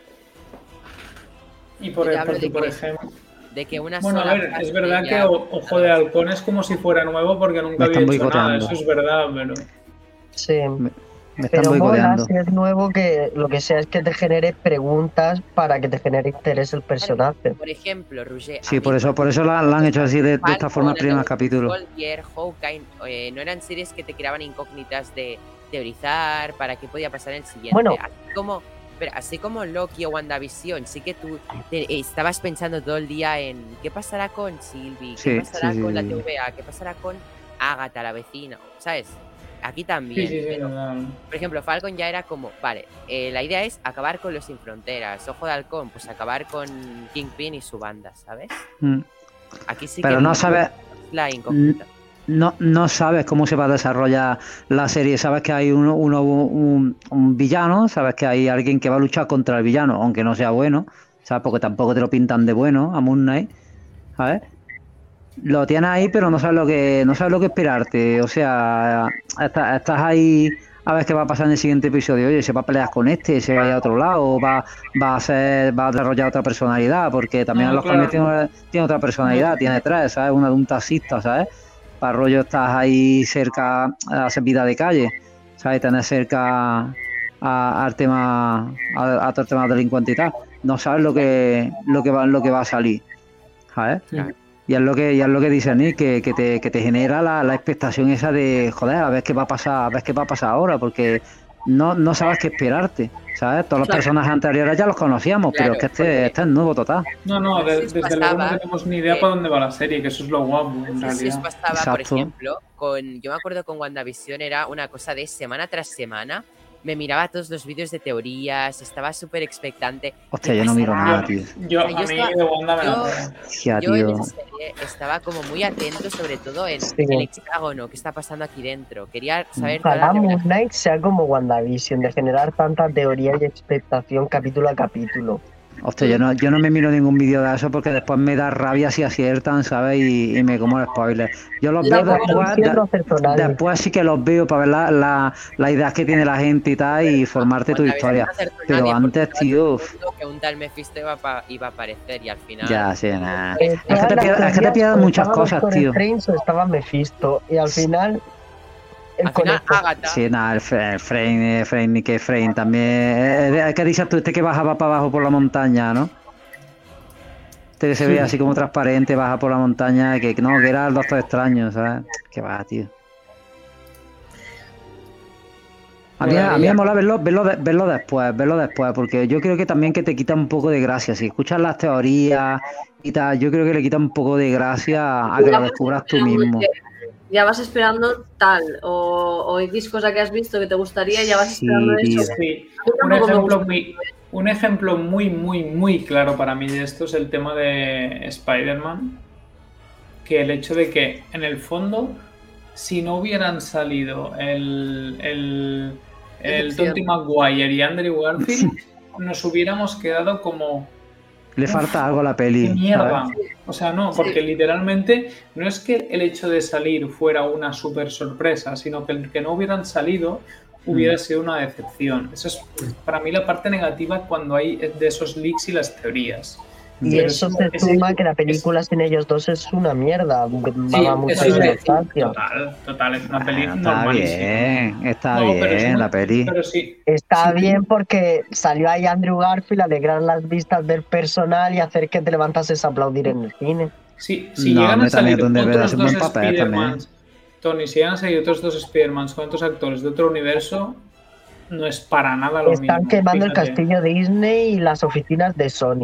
Y por, Yo te hablo porque, de por que- ejemplo... de que una Bueno, a sola ver, frase es verdad ya- que Ojo de Halcón es como si fuera nuevo porque nunca Me había están hecho nada, boicoteando. eso es verdad, pero... Sí. Me están Pero mola boicoteando. si es nuevo que lo que sea es que te genere preguntas para que te genere interés el personaje. Por ejemplo, Roger. Sí, por eso la han hecho así de esta forma el primer capítulo. Soldier, Hawkeye, no eran series que te creaban incógnitas de teorizar para qué podía pasar en el siguiente. Bueno. Así como Loki o WandaVision, sí que tú estabas pensando todo el día en qué pasará con Sylvie, Sí, qué pasará sí, con la sí. TVA, qué pasará con Agatha, la vecina, ¿sabes? Aquí Sí, también. sí, sí, pero, no. por ejemplo, Falcon ya era como, vale, la idea es acabar con los Sin Fronteras. Ojo de Halcón, pues acabar con Kingpin y su banda, ¿sabes? Mm. Aquí sí Pero que no sabes, la incógnita. no sabes cómo se va a desarrollar la serie. Sabes que hay un villano, sabes que hay alguien que va a luchar contra el villano, aunque no sea bueno, ¿sabes? Porque tampoco te lo pintan de bueno a Moon Knight, ¿sabes? Lo tienes ahí, pero no sabes lo que esperarte. O sea, estás ahí a ver qué va a pasar en el siguiente episodio. Oye, se va a pelear con este, se va a ir a otro lado, va a desarrollar otra personalidad, porque también No, los claro. cómics tiene otra personalidad, tiene tres, ¿sabes? Una de un taxista, ¿sabes? Para rollo estás ahí cerca a hacer vida de calle, ¿sabes? Tener cerca a todo el tema delincuente y tal. no sabes lo que va a salir, ¿sabes? Claro. Y es lo que dice Nick, que te genera la expectación esa de, joder, a ver qué va a pasar ahora, porque no sabes qué esperarte, ¿sabes? Todos los Claro. personajes anteriores ya los conocíamos, Claro, pero es que este es nuevo total. No, Eso desde luego pasaba, no tenemos ni idea que- para dónde va la serie, que eso es lo guapo, en Sí, os realidad. pasaba, por Exacto. ejemplo, yo me acuerdo con WandaVision era una cosa de semana tras semana, me miraba todos los vídeos de teorías, estaba súper expectante. Hostia, ¿Qué yo no miro pasará? nada, tío. Yo, O sea, a mí de Wanda me la yo- pela. Hostia, Yo en tío. esa serie estaba como muy atento, sobre todo en Sí. el hexágono, qué está pasando aquí dentro. Quería saber Ojalá todas las Moon Knight sea como WandaVision, de generar tanta teoría y expectación capítulo a capítulo. Hostia, yo no me miro ningún vídeo de eso porque después me da rabia si aciertan, ¿sabes? Y me como el spoiler. Yo los Yo veo tampoco. después, WandaVision no acertó nadie. después sí que los veo para ver las ideas que tiene la gente y tal y formarte tu WandaVision historia. no acertó Pero nadie, porque antes, estaba tío, todo el mundo que un tal Mephisto iba a aparecer y al final... ya, sí, nada. Todas Es que te las pierdes teorías muchas estaban cosas, Doctor tío. Strange o estaba Mephisto, y al final el Al final, conejo. Agatha. Sí, nada, el Frame, ni que Frame también. ¿Qué dices tú? Este que bajaba para abajo por la montaña, ¿no? Este que se ve así como transparente, baja por la montaña, que era el Doctor Extraño, ¿sabes? Que va, tío. A mí me mola verlo después, porque yo creo que también que te quita un poco de gracia. Si escuchas las teorías y tal, yo creo que le quita un poco de gracia a que lo descubras tú mismo. Ya vas esperando tal, o X cosa que has visto que te gustaría y ya vas Sí, esperando tío. eso. Sí, A mí tampoco me gusta. un ejemplo muy claro para mí de esto es el tema de Spider-Man. Que el hecho de que, en el fondo, si no hubieran salido el Tobey Maguire y Andrew Garfield, nos hubiéramos quedado como... Le falta algo a la peli. ¡Qué mierda! ¿sabes? O sea, no, porque literalmente no es que el hecho de salir fuera una super sorpresa, sino que el que no hubieran salido hubiera sido una decepción. Eso es para mí la parte negativa cuando hay de esos leaks y las teorías. Y Pero eso es- se suma que la película sin ellos dos es una mierda. Va mucho eso de es nostalgia. total, es una peli Bueno, está normalísima. bien, está No, pero es bien una- la peli. Pero sí, Está sí, bien porque salió ahí Andrew Garfield a alegrar las vistas del personal y hacer que te levantases a aplaudir en el cine. sí, si No, llegan a hombre, también salir donde otros hace un dos buen papel Spider-Mans, Tony, si llegan a salir otros dos Spider-Mans con otros actores de otro universo, no es para nada lo Están mismo. quemando el fíjate. castillo Disney y las oficinas de Sony.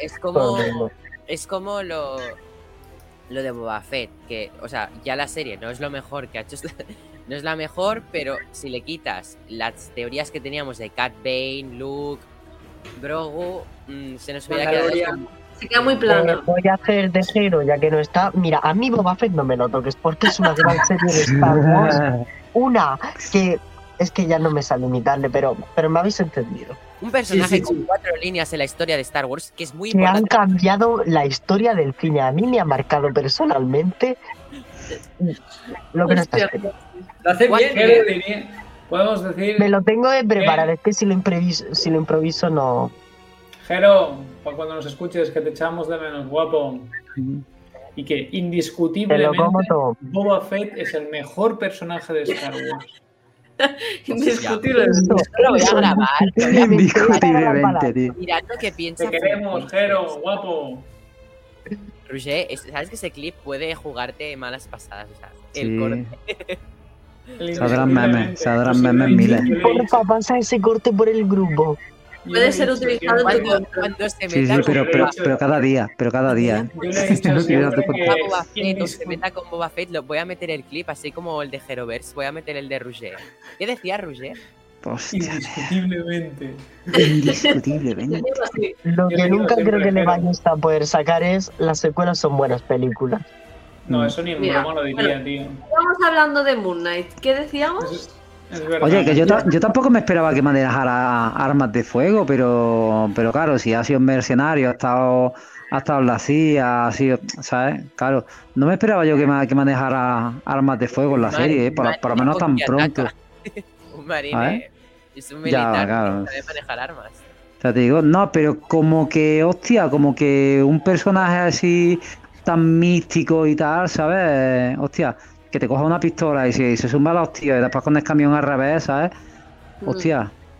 Es como lo de Boba Fett, que, o sea, ya la serie no es lo mejor que ha hecho, no es la mejor, pero si le quitas las teorías que teníamos de Cat Bane, Luke, Grogu, se nos hubiera quedado Mandalorian. Se queda muy plano. Voy a hacer de cero, ya que no está. Mira, a mí Boba Fett no me lo toques, porque es una gran serie de Star Wars. Una que es que ya no me sale imitarle, pero me habéis entendido. un personaje Sí. con 4 líneas en la historia de Star Wars, que es muy Que han importante. cambiado la historia del cine. A mí me ha marcado personalmente lo que no está Hostia. escrito. Lo hace bien, ¿Qué le diría? Podemos decir, Me lo tengo que preparar, es que si lo improviso no. Jero, para cuando nos escuches, que te echamos de menos, guapo. Y que Te lo como indiscutiblemente todo. Boba Fett es el mejor personaje de Star Wars. Indiscutible. Lo voy a grabar. Indiscutiblemente, tío. Mirando qué piensa. Te queremos, Jero, guapo. Roger, sabes que ese clip puede jugarte malas pasadas. O sea, el Sí. corte. Saldrán memes miles. Porfa, pasa ese corte por el grupo. Puede ser utilizado en tu contra. Cuando se Sí, meta sí, pero cada día, ¿eh? Yo le he dicho No quiero siempre darte que a Boba Fett o se meta con Boba Fett, voy a meter el clip, así como el de Heroverse, voy a meter el de Roger. ¿Qué decía Roger? Hostia, indiscutiblemente. indiscutiblemente. Lo Yo que le digo nunca siempre, creo que le pero- vayas a poder sacar es las secuelas son buenas películas. No, eso ni en Mira, broma lo diría, tío. Estamos hablando de Moon Knight. ¿Qué decíamos? Es verdad. Oye, que yo tampoco me esperaba que manejara armas de fuego, pero claro, si ha sido un mercenario, ha estado en la CIA, ha sido, ¿sabes? Claro, no me esperaba yo que manejara armas de fuego en la serie, por lo menos tan pronto. Un marine ¿Vale? es un Ya, militar claro. que sabe manejar armas. O sea, te digo, no, pero como que, hostia, como que un personaje así tan místico y tal, ¿sabes? Hostia, que te coja una pistola y se suma a los tíos y después con el camión al revés, ¿sabes? Hostia,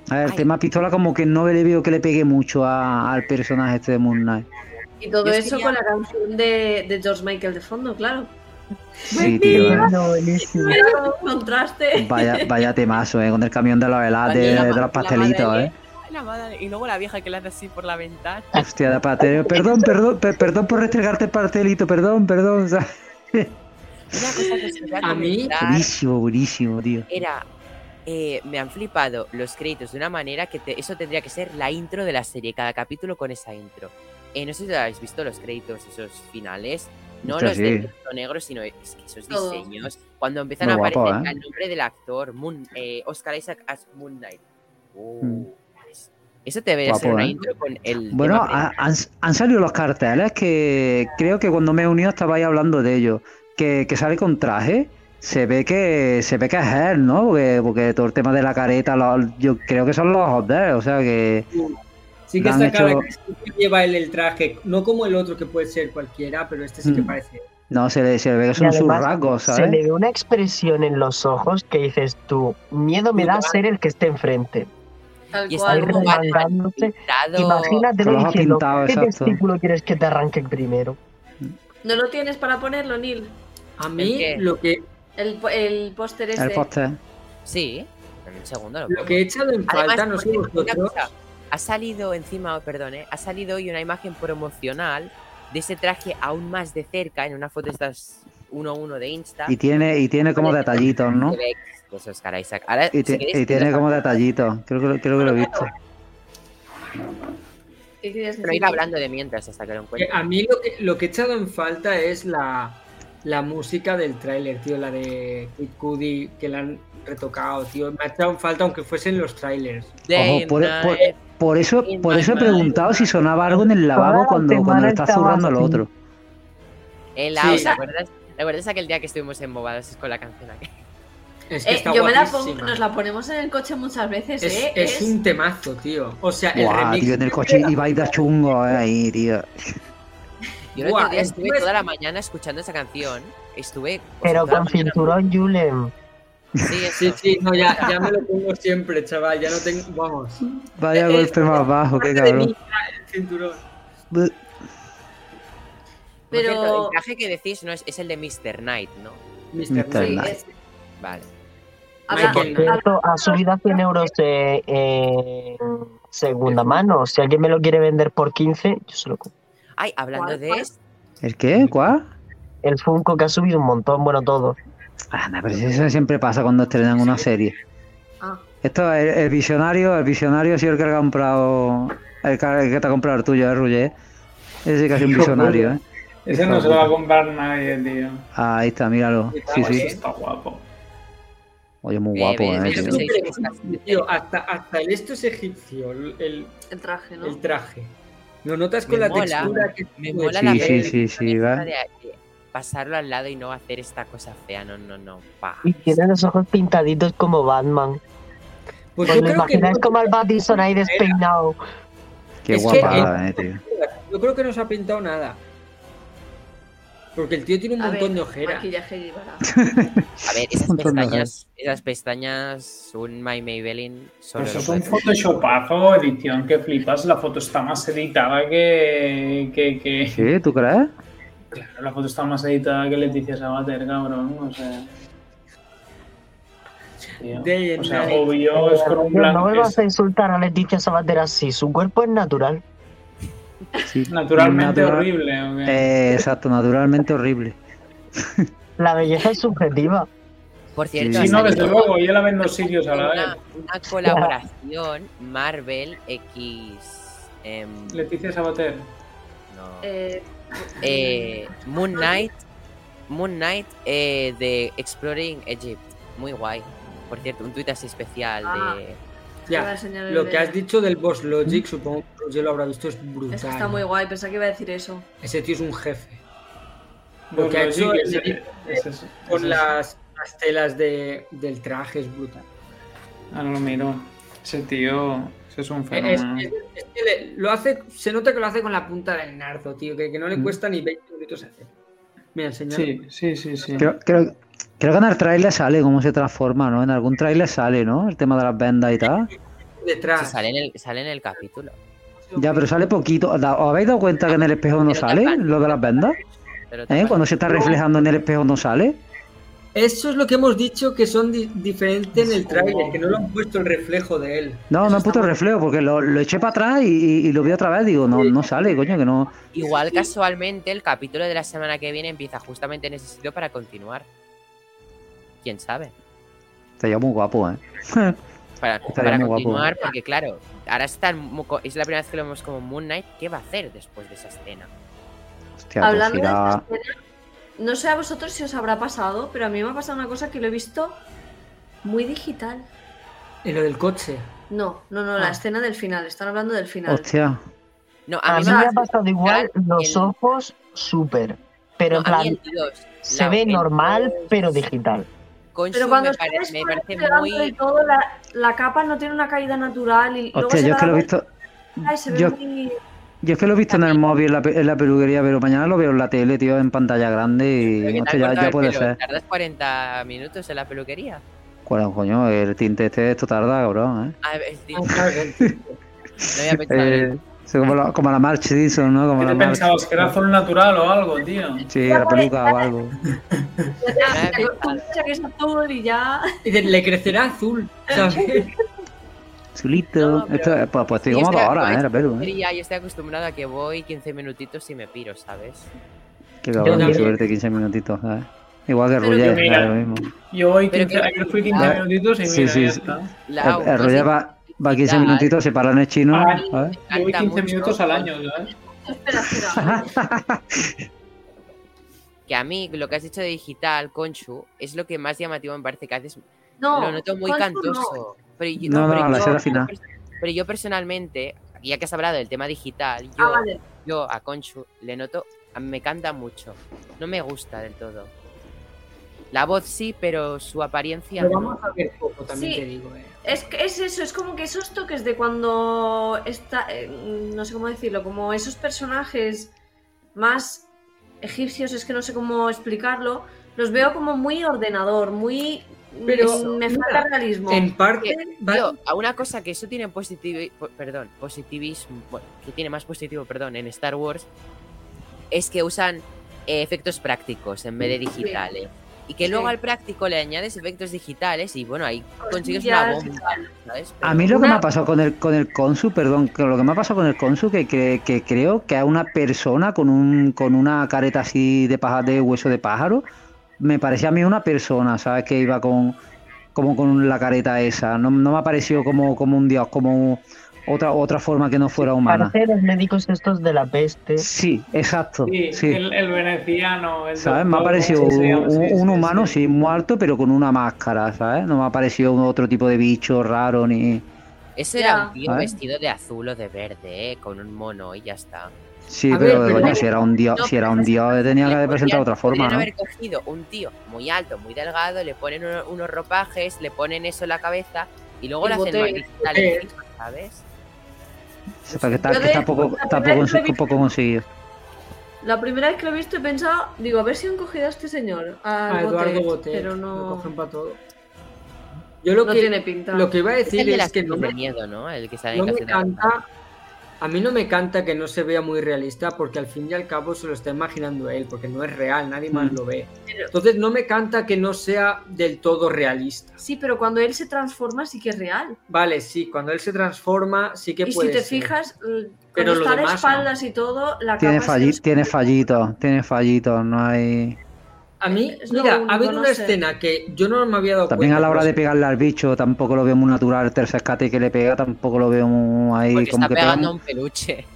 A ver, el Ay. tema pistola como que no le veo que le pegue mucho al personaje este de Moon Knight. Y todo Yo eso quería- con la canción de George Michael de fondo, claro. Sí, tío, No, buenísimo. Era como un contraste. Vaya temazo, con el camión de los helados, Cuando la de ma- los pastelitos, madre, ¿eh? ay, la madre, y luego la vieja que le hace así por la ventana. Hostia, de pastel. Perdón por restregarte el pastelito, perdón, o sea, Una cosa que os quería A mí- comentar buenísimo, tío. era, me han flipado los créditos de una manera que eso tendría que ser la intro de la serie, cada capítulo con esa intro. No sé si habéis visto los créditos, esos finales, no Hostia, los sí. de texto negro, sino es que esos Todo. diseños, cuando empiezan Muy a guapo, aparecer ¿eh? el nombre del actor, Oscar Isaac as Moon Knight. Mm. Eso te debería ser Guapo, una ¿eh? intro con el Bueno, tema han salido los carteles que creo que cuando me he unido estabais hablando de ellos. Que sale con traje. Se ve que es él, ¿no? Porque todo el tema de la careta, yo creo que son los ojos de él, o sea que. Sí que Han está claro hecho- que sí que lleva él el traje, no como el otro que puede ser cualquiera, pero este sí que Mm. parece. No, se le ve que Y son sus además, rasgos, se ¿sabes? le ve una expresión en los ojos que dices tú, miedo me da ser el que esté enfrente. Tal Y está Ahí cual. como Batman remangándose. pintado. Imagínatelo Con los ojos diciendo, pintados, ¿qué exacto. testículo quieres que te arranque primero? ¿No lo tienes para ponerlo, Neil? A ¿El mí qué? El póster ese. El póster. Sí, en un segundo lo lo pongo. que he echado en Además, falta, no sé porque una vosotros, cosa, ha salido encima, ha salido hoy una imagen promocional de ese traje aún más de cerca en una foto de estas 1-1 de Insta. Y tiene como detallitos, ¿no? Se ve que es Oscar Isaac. Ahora, Y, si queréis, tiene os como lo- detallitos. Creo que lo he visto. ¿Qué querías Pero decir? ir hablando de mientras hasta que lo encuentre. a mí lo que he echado en falta es la música del tráiler, tío, la de Kid Cudi, que la han retocado, tío. Me ha echado en falta aunque fuesen los trailers. Day Ojo, por and eso in por my eso he mind. preguntado si sonaba algo en el lavabo Toda la cuando le semana está estaba zurrando al así. otro. El Sí. ¿te acuerdas? ¿Recuerdas aquel día que estuvimos embobados con la canción aquí? Es que está yo me la guapísima. pongo, nos la ponemos en el coche muchas veces, Es un temazo, tío. O sea, el Guau, remix. tío, en el coche ibais de chungo ahí, tío. Yo el Buah, otro día estuve encima toda la mañana escuchando esa canción. Estuve. Pero toda la con mañana- cinturón Julen. Sí, Sí, eso. sí, no, ya me lo pongo siempre, chaval. Ya no tengo. Vamos. Vaya golpe más bajo, qué Parte de cabrón. mí, el cinturón. Por Pero- cierto, el traje que decís no es el de Mr. Knight, ¿no? Mr. Mr. Knight. Knight. es- Vale. habla- Michael Por Knight. cierto, ha subido a 100 euros en segunda mano. Si alguien me lo quiere vender por 15, yo se lo compro. Ay, hablando ¿Cuál, de cuál? esto. ¿El qué? ¿Cuál? El Funko que ha subido un montón, bueno, todo. Ah, no, pero eso siempre pasa cuando estrenan una serie. Ah, Esto, el visionario ha sido el que ha comprado. El que te ha comprado el tuyo, Ruller. Ese sí que ha sido un visionario, ¿eh? Ese no se lo va a comprar nadie, tío. Ahí está, míralo. Sí, Eso sí. está guapo. Oye, muy guapo, Ves, tío. ves, Pero, tío, hasta el esto es egipcio, el el traje, ¿no? traje. Lo notas con Me la mola, textura que Me tiene. mola Sí, la sí, peli, sí, sí, esta va. de pasarlo al lado y no hacer esta cosa fea. No. Pa. Y tiene los ojos pintaditos como Batman. Pues Pues yo lo creo que imagináis no- como al Battison ahí despeinado. Qué es que guapada, tío. Yo creo que no se ha pintado nada. Porque el tío tiene un A montón ver, de ojeras. Maquillaje llevará. A ver, Montón de esas pestañas, un My Maybelline, solo Eso lo es un puede- photoshopazo, edición que flipas. La foto está más editada que... ¿Sí? ¿Tú crees? Claro, la foto está más editada que Leticia Sabater, cabrón. O sea... Tío. Day and O sea, night. obvio, es con un No blanco. vuelvas a insultar a Leticia Sabater así. Su cuerpo es natural. Sí. Naturalmente Natural- horrible, ¿o qué? Exacto, naturalmente horrible. La belleza es subjetiva. Por cierto, Sí, Sí, ha no, desde salido luego, yo la vendo en sitios a la vez. una colaboración Marvel X. Leticia Sabater. no. Moon Knight de Exploring Egypt. Muy guay. Por cierto, un tuit así especial Ah. de. Te voy a Ya, enseñar lo el que has de- dicho del Boss Logic, supongo que Roger lo habrá visto, es brutal. Es que está muy guay, pensaba que iba a decir eso. Ese tío es un jefe. Pues Lo que ha hecho es con las telas del traje es brutal. Ah, no lo miro. Ese tío, ese es un Es fenómeno. que lo hace, se nota que lo hace con la punta del nardo, tío, que no le cuesta ni 20 minutos hacer. Mira, enseñar. Sí. Creo que en el tráiler sale cómo se transforma, ¿no? En algún tráiler sale, ¿no? El tema de las vendas y tal. detrás. Sale en el capítulo. Ya, pero sale poquito. ¿Os habéis dado cuenta que en el espejo no sale lo de las vendas? Pero Cuando se está reflejando en el espejo no sale. Eso es lo que hemos dicho que son diferentes en el tráiler, que no lo han puesto el reflejo de él. No han puesto reflejo porque lo eché para atrás y lo vi otra vez. Digo, no sale, coño, que no. Igual casualmente el capítulo de la semana que viene empieza justamente en ese sitio para continuar. ¿Quién sabe? Estaría muy guapo, Para muy continuar, guapo. porque claro, ahora es la primera vez que lo vemos como Moon Knight. ¿Qué va a hacer después de esa escena? Hostia, pues Hablando de irá- esta escena, no sé a vosotros si os habrá pasado, pero a mí me ha pasado una cosa que lo he visto muy digital. En lo del coche. No, la escena del final. Están hablando del final. Hostia. No, A mí me ha pasado igual los ojos súper. Pero en plan, se ve normal, pero digital. Pero cuando me parece pegándole muy... y todo, la capa no tiene una caída natural y luego Hostia, se yo es da que la lo he visto. vuelta y se ve Yo, muy... yo es que lo he visto en el móvil, en la peluquería, pero mañana lo veo en la tele, tío, en pantalla grande Pero y que te hostia, has cortado ya el puede pelo, ser. ¿Tardas 40 minutos en la peluquería? Bueno, coño, el tinte esto tarda, cabrón, Ah, sí, no Claro que- había pensado en ello. Como la March Simpson, ¿no? Como ¿Qué la te March. pensabas? ¿Que era azul natural o algo, tío? Sí, la peluca o algo. Ya, te acostumbras a que es azul y ya... Y le crecerá azul, ¿sabes? Chulito. No, pero- Esto, pues estoy Sí, como es que 2 horas, con la esta pelu, peluquería yo estoy acostumbrado a que voy 15 minutitos y me piro, ¿sabes? Qué cabrón, también. qué suerte, 15 minutitos, ¿sabes? Igual que Pero Roger, mira, es lo mismo. Yo voy Pero 15, que- ayer fui 15 Ah, minutitos y sí, mira, sí, ya sí. está. Lau, El no Roger sé, va 15 digital. minutitos, se para en el chino, Ah, ¿sabes? Yo voy encanta 15 mucho. minutos al año, ¿sabes? Espera. Que a mí lo que has dicho de digital, Conchu, es lo que más llamativo me parece que haces. No, Lo noto muy Conchu cantoso. Pero yo, No, pero la yo- escena final. pero yo personalmente, ya que has hablado del tema digital, Ah, vale. yo a Conchu le noto, a mí me canta mucho. No me gusta del todo. La voz sí, pero su apariencia Lo no. vamos a ver poco, también Sí. te digo. Es que es eso, es como que esos toques de cuando está, no sé cómo decirlo, como esos personajes más egipcios, es que no sé cómo explicarlo, los veo como muy ordenador, muy... Pero, me mira, falta realismo. En parte, Tío, a una cosa que eso tiene positivismo, bueno, que tiene más positivo, perdón, en Star Wars, es que usan efectos prácticos en vez de digitales. Y que luego Sí. al práctico le añades efectos digitales y bueno, ahí consigues Cosillas una y bomba, tal. ¿sabes? A mí lo que Una- me ha pasado con el Consu, perdón, que lo que me ha pasado con el Consu, que creo que es una persona con una careta así de hueso de pájaro, me parecía a mí una persona, ¿sabes? Que iba como con la careta esa. No me ha parecido como un dios, como otra forma que no fuera humana. Parece los médicos estos de la peste. Sí, exacto. Sí, Sí. el veneciano. El ¿Sabes? Me ha doctor, parecido ¿cómo se llama? Sí, un sí, humano, sí. sí, muerto, pero con una máscara, ¿sabes? No me ha parecido otro tipo de bicho raro ni... Ese Ya. era un tío ¿Sabes? vestido de azul o de verde, con un mono y ya está. Sí, A pero, ver, pero- coño, si era un dios, No, si era pero un dios, tenía que Le haber presentado podrían- otra forma, podrían ¿no? haber cogido un tío muy alto, muy delgado, le ponen unos ropajes, le ponen eso en la cabeza y luego Y le hacen bote- más digital bote. encima, ¿sabes? Sepa que está, Yo que está de- poco, la está primera poco, vez que lo he un poco conseguido. La primera vez que lo he visto he pensado, digo, a ver si han cogido a este señor, a al Eduardo Botet, Botet, pero lo no, cogen para todo. Yo lo no que, tiene pinta. lo que iba a Es decir el de es las que no de me, miedo, ¿no? El que sale no en me Casa de canta, a mí no me canta que no se vea muy realista porque al fin y al cabo se lo está imaginando él, porque no es real, nadie más lo ve. Pero- Entonces no me canta que no sea del todo realista. Sí, pero cuando él se transforma sí que es real. Vale, sí, cuando él se transforma sí que Y puede si te ser. fijas, Pero cuando lo está de demás no. espaldas y todo, la Tiene, capa se tiene fallitos, no hay... A mí, Es lo mira, único, ha habido no una sé. escena que yo no me había dado También cuenta. a la hora pero de pegarle al bicho tampoco lo veo muy natural, el tercer escate que le pega tampoco lo veo muy ahí, Porque como está que pegando a pegamos, un peluche.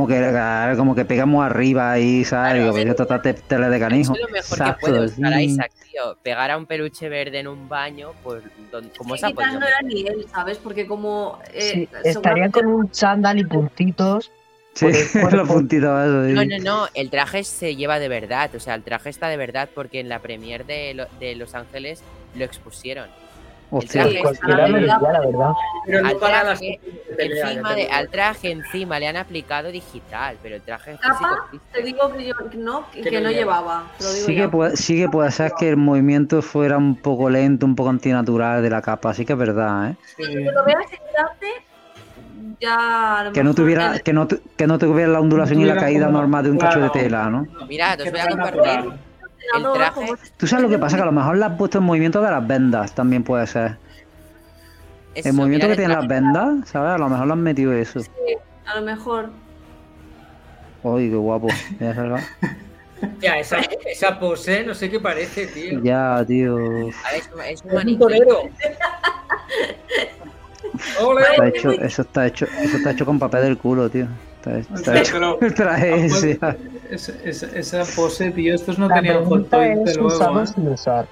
como que pegamos arriba ahí, ¿sabes? Claro, Digo, a ver, pero esto está tele de canijo. Eso es lo mejor Exacto, que puede buscar a sí. Isaac, tío. Pegar a un peluche verde en un baño, pues, como Sí, se ha quizás podido. no era ni él, ¿sabes? Porque como... Sí, estaría seguramente- con un chándal y puntitos. Sí, por el cuerpo. los puntitos esos, sí. No, el traje se lleva de verdad, o sea, el traje está de verdad porque en la premier de Los Ángeles lo expusieron. Hostia, traje- Cualquiera lo diría, la verdad. Pero no Al para las traje, de pelea, encima ya te digo. al traje encima le han aplicado digital, pero el traje Capa, físico te digo que yo no, que no llevaba. Te lo digo Sí ya. sí que puede ser que el movimiento fuera un poco lento, un poco antinatural de la capa, sí que es verdad, ¿eh? Sí, que lo veas en grande ya a lo Que no mejor tuviera, que no tuviera la ondulación y la caída normal de un cacho de tela, ¿no? Mirad, os voy a Que compartir natural. el traje. ¿Tú sabes lo que pasa? Que a lo mejor le has puesto el movimiento de las vendas, también puede ser. Eso, El movimiento mirad que el tienen las traje. vendas, ¿sabes? A lo mejor le han metido eso. a lo mejor. Uy, qué guapo. Ya, ¿verdad? Ya, esa pose, no sé qué parece, tío. Ya, tío. A ver, es un Es un maniquí. torero. ¡Ole! Eso está hecho con papel del culo, tío. Está hecho Pero- el traje ese. Esa pose, tío, estos no La tenían hot pregunta toys de es luego, usado ¿eh? sin usar.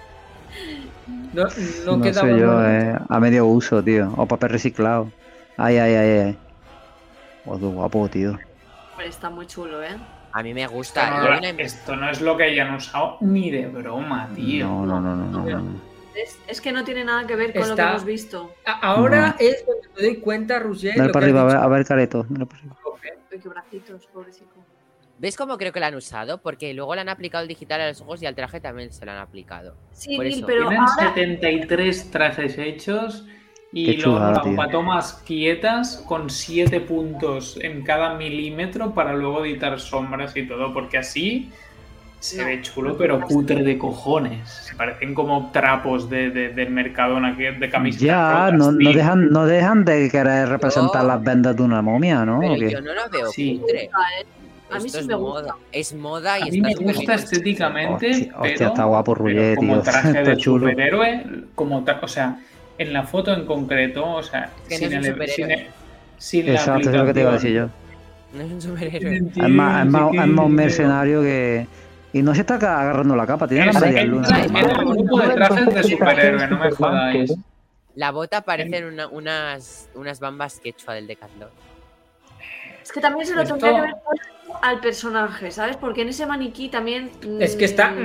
No No queda sé yo, bueno. a medio uso, tío. O papel reciclado. Ay. Oh, qué guapo, tío. Hombre, está muy chulo, ¿eh? A mí me Esto gusta. no, Y hay una- esto no es lo que hayan usado ni de broma, tío. No. Es que no tiene nada que ver con lo que Está- hemos visto. Ahora No. es donde me doy cuenta, Roger. Dale lo para que has arriba, dicho. a ver careto. Dale para arriba. Uy, qué bracitos, pobrecito. ¿Ves cómo creo que la han usado? Porque luego le han aplicado el digital a los ojos y al traje también se lo han aplicado. Sí, Por Neil, eso. pero Tienen ahora 73 trajes hechos y Qué chulada, luego tío. las tomas quietas con 7 puntos en cada milímetro para luego editar sombras y todo, porque así se No. ve chulo, pero cutre de cojones. Se parecen como trapos del Mercadona de camisetas Ya, rotas, no tío. dejan de querer representar No. las vendas de una momia, ¿no? Pero ¿O qué? yo no lo veo Sí. cutre. a mí Esto sí es me moda. gusta. Es moda y A mí está me súper gusta bien estéticamente, Hostia, pero, está guapo pero Ruller, como tío. traje Está de chulo. superhéroe, o sea, en la foto en concreto, o sea, Que no sin, es un el, superhéroe. sin la Exacto, es lo que te iba a decir yo. No es un superhéroe. Es más un mercenario que... Y no se está agarrando la capa, tiene las medias lunas. En el grupo de trajes de superhéroe, no me jodáis. La bota parecen unas bambas quechua del Decathlon. Es que también se lo Esto- tendría que ver al personaje, ¿sabes? Porque en ese maniquí también. Es que está.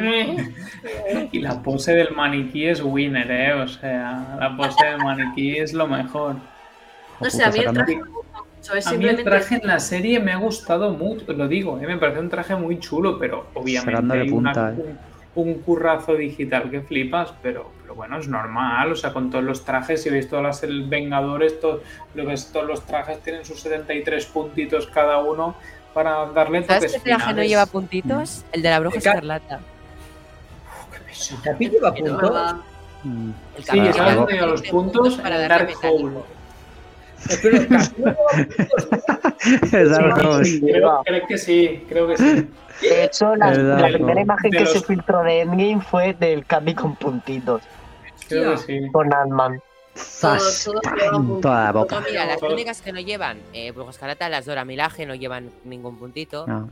Y la pose del maniquí es winner, o sea, la pose del maniquí es lo mejor. No sé, a mí el Sacando- traje me gusta mucho. Es A mí el simplemente. traje en la serie me ha gustado mucho, lo digo, me parece un traje muy chulo, pero obviamente Sacándole hay punta, un currazo digital que flipas, pero bueno, es normal, o sea, con todos los trajes, si veis todas las Vengadores, todos los trajes tienen sus 73 puntitos cada uno para darle ¿Sabes toques qué traje no finales. lleva puntitos? El de la bruja El ca- escarlata. El capítulo a Que no punto. va- Mm. El Sí, capítulo ¿sabes que dónde lleva los tiene puntos? para En darle Dark metálico. Hole. Pero el capítulo El Dark Horse. Sí, Creo que sí, creo que sí. De hecho, la Verdad, primera ¿no? imagen De que los- se filtró de Endgame fue del Capi con puntitos, Creo que sí. con Ant-Man. Todos llevan puntitos. Toda la boca. No, mira, las Todos. únicas que no llevan bruja escarlata, las Dora Milaje no llevan ningún puntito. No.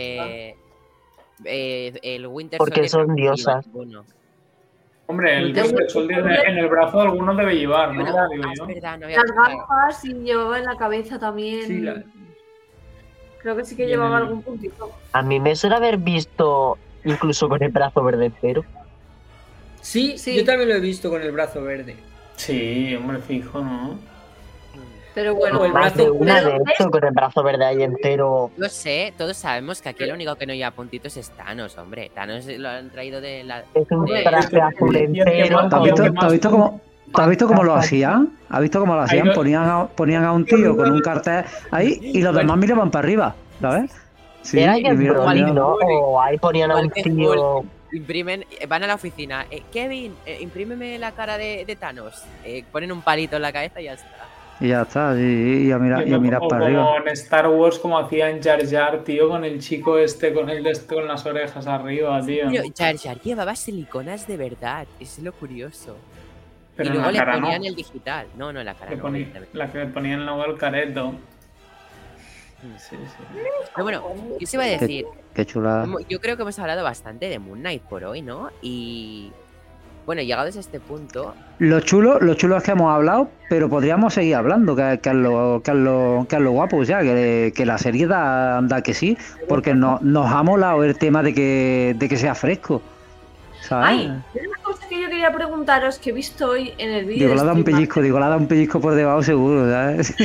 El Winter Porque Soldier son no lleva diosas. ninguno. Hombre, el Winter Winter Soldier en el brazo alguno debe llevar, ¿no? Bueno, Digo es yo. verdad, no había Las pensado. gafas y llevaba en la cabeza también. Sí, Creo que sí que Y en llevaba el- algún puntito. A mí me suele haber visto incluso con el brazo verde entero. Sí, Sí. yo también lo he visto con el brazo verde. Sí, hombre, fijo, ¿no? Pero bueno, O el Más de brazo- una, pero de hecho, con el brazo verde ahí entero. Lo sé, todos sabemos que aquí lo único que no lleva puntitos es Thanos, hombre. Thanos lo han traído de la... Es un Hombre, traje azul y el que entero. más- ¿Te has Como visto, que te has más- visto cómo lo hacían? ¿Has visto cómo lo hacían? no- Ponían a un tío con un cartel ahí y los demás miraban para arriba, ¿sabes? Sí, Era y el mira- Broly, mira- ¿no? O ahí ponían a un Igual que tío. Hulk. Imprimen, van a la oficina. Kevin, imprímeme la cara de Thanos. Ponen un palito en la cabeza y ya está. Y ya está, y a mirar O para como arriba. en Star Wars, como hacía en Jar Jar, tío, con el chico este, con con las orejas arriba, tío. Pero Jar Jar llevaba siliconas de verdad, es lo curioso. Pero y en luego la le cara ponían no. el digital. No, en la cara Le no. ponía- evidentemente. la que le ponían luego el careto. Sí, sí. Pero bueno, yo se iba a decir, Qué chulada. yo creo que hemos hablado bastante de Moon Knight por hoy, ¿no? Y bueno, llegados a este punto, Lo chulo es que hemos hablado, pero podríamos seguir hablando, que es lo guapo, ya, que la serie da que sí, porque nos ha molado el tema de que sea fresco. ¿Sabes? Ay, hay una cosa que yo quería preguntaros que he visto hoy en el vídeo. Digo, de le ha dado un Stream pellizco, digo, le ha dado un pellizco por debajo seguro, ¿sabes?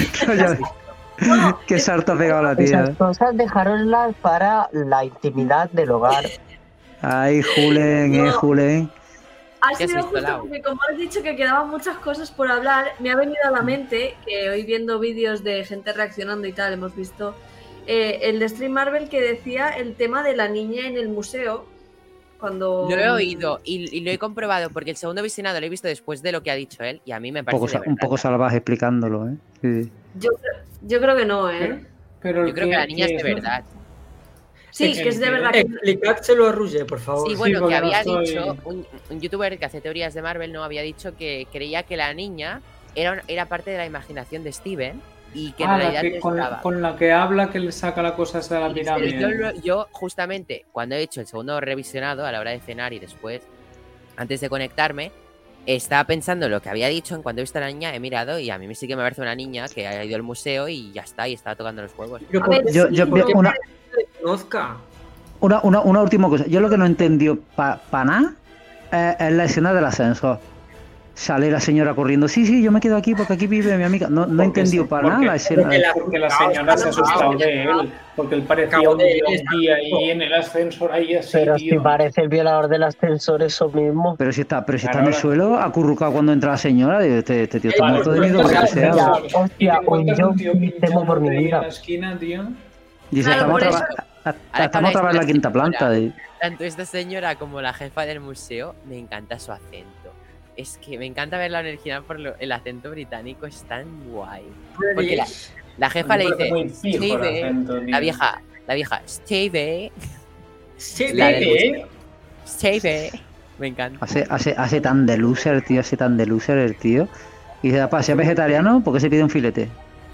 Qué salto ha pegado la tía. Esas cosas dejaronlas para la intimidad del hogar. Ay, Julen, Julen. Ha ¿Qué has sido visto, justo Lau? porque como has dicho que quedaban muchas cosas por hablar, me ha venido a la mente que hoy viendo vídeos de gente reaccionando y tal, hemos visto el de Stream Marvel que decía el tema de la niña en el museo. Cuando... Lo he oído y lo he comprobado porque el segundo visionado lo he visto después de lo que ha dicho él y a mí me Un parece poco, de un verdad. poco salvaje explicándolo, ¿eh? Sí. Yo creo que no, ¿eh? Pero Yo creo que la niña es de verdad. Sí, que es de verdad que... Explicádselo a Roger, por favor. Sí, bueno, porque que no había estoy- dicho, un youtuber que hace teorías de Marvel no había dicho que creía que la niña era parte de la imaginación de Steven y que en la realidad que, no con, estaba. con la que habla que le saca la cosa esa de la Pero pirámide. yo, justamente, cuando he hecho el segundo revisionado, a la hora de cenar y después, antes de conectarme, estaba pensando lo que había dicho. En cuanto he visto a la niña, he mirado y a mí sí que me parece una niña que ha ido al museo y ya está, y estaba tocando los huevos. Pero A ver, Yo, sí, yo, porque- una, conozca. una última cosa. Yo lo que no he entendido para nada es la escena del ascensor. Sale la señora corriendo. Sí, yo me quedo aquí porque aquí vive mi amiga. No he entendido para nada la escena. Porque la señora se ha asustado de él. Porque él parecía un yonki ahí en el ascensor, ahí así, Pero si tío. parece el violador del ascensor eso mismo. Pero si está en Claro, el ahora- suelo, acurrucado cuando entra la señora, digo, este tío está Vale, muerto de pues miedo, lo que estás sea. en el ascensor Hostia, y te encuentras un un tío yonki, temo por mi pinchándote ahí en vida. la esquina, tío. Dice, Claro, estamos por otra vez- estamos otra vez en la quinta planta. Tanto esta señora como la jefa del museo, me encanta su acento. Es que me encanta verla en original por el acento británico, es tan guay. Porque la jefa le Me parece dice, muy fijo el Steve, acento, tío. la vieja, Steve, Sí, la del ¿Eh? museo, Steve, me encanta. Hace tan de loser, tío, hace tan de loser el tío. Y dice, para ser vegetariano, ¿por qué se pide un filete?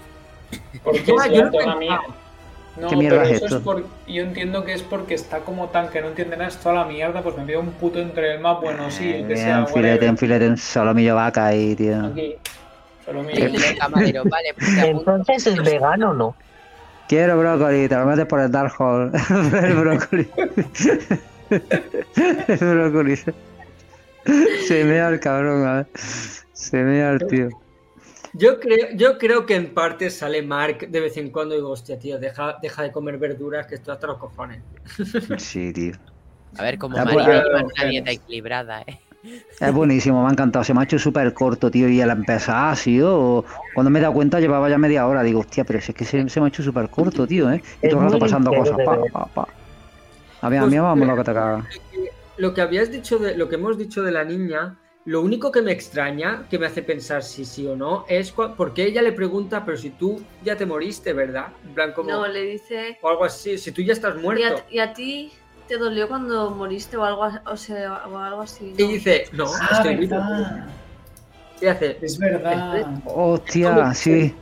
Porque Ah, es yo la lo he zona mía. pensado. No, ¿Qué mierda pero es eso esto? yo entiendo que es porque está como tan que no entiende nada, es toda la mierda, pues me pido un puto entre el más bueno, sí, el que sea, Un filete, un solomillo vaca ahí, tío. Aquí, solo Le dice el camarero, vale, pues te apunto. Entonces es vegano, ¿no? Quiero brócoli, te lo metes por el Dark Hole. El brócoli. El brócoli. Se mea el cabrón, a ver. Se mea el tío. Yo creo que en parte sale Mark de vez en cuando y digo, hostia, tío, deja de comer verduras que estoy hasta los cojones. Sí, tío. A ver, como Ah, María pues, lleva una dieta equilibrada, Es buenísimo, me ha encantado. Se me ha hecho súper corto, tío. Y al empezar así, cuando me he dado cuenta, llevaba ya media hora. Digo, hostia, pero si es que se me ha hecho súper corto, tío, ¿eh? Y Es todo el rato muy pasando ligero cosas. de ver. Pa. A mí vamos lo que te caga. Lo que habías dicho lo que hemos dicho de la niña, lo único que me extraña, que me hace pensar si sí o no, es porque ella le pregunta, pero si tú ya te moriste, ¿verdad? En plan como No, le dice... o algo así, si tú ya estás muerto. ¿Y a ti te dolió cuando moriste o algo, o algo así? Y ¿no? dice, no, estoy vivo. verdad. Y hace, Es verdad. Hostia, sí.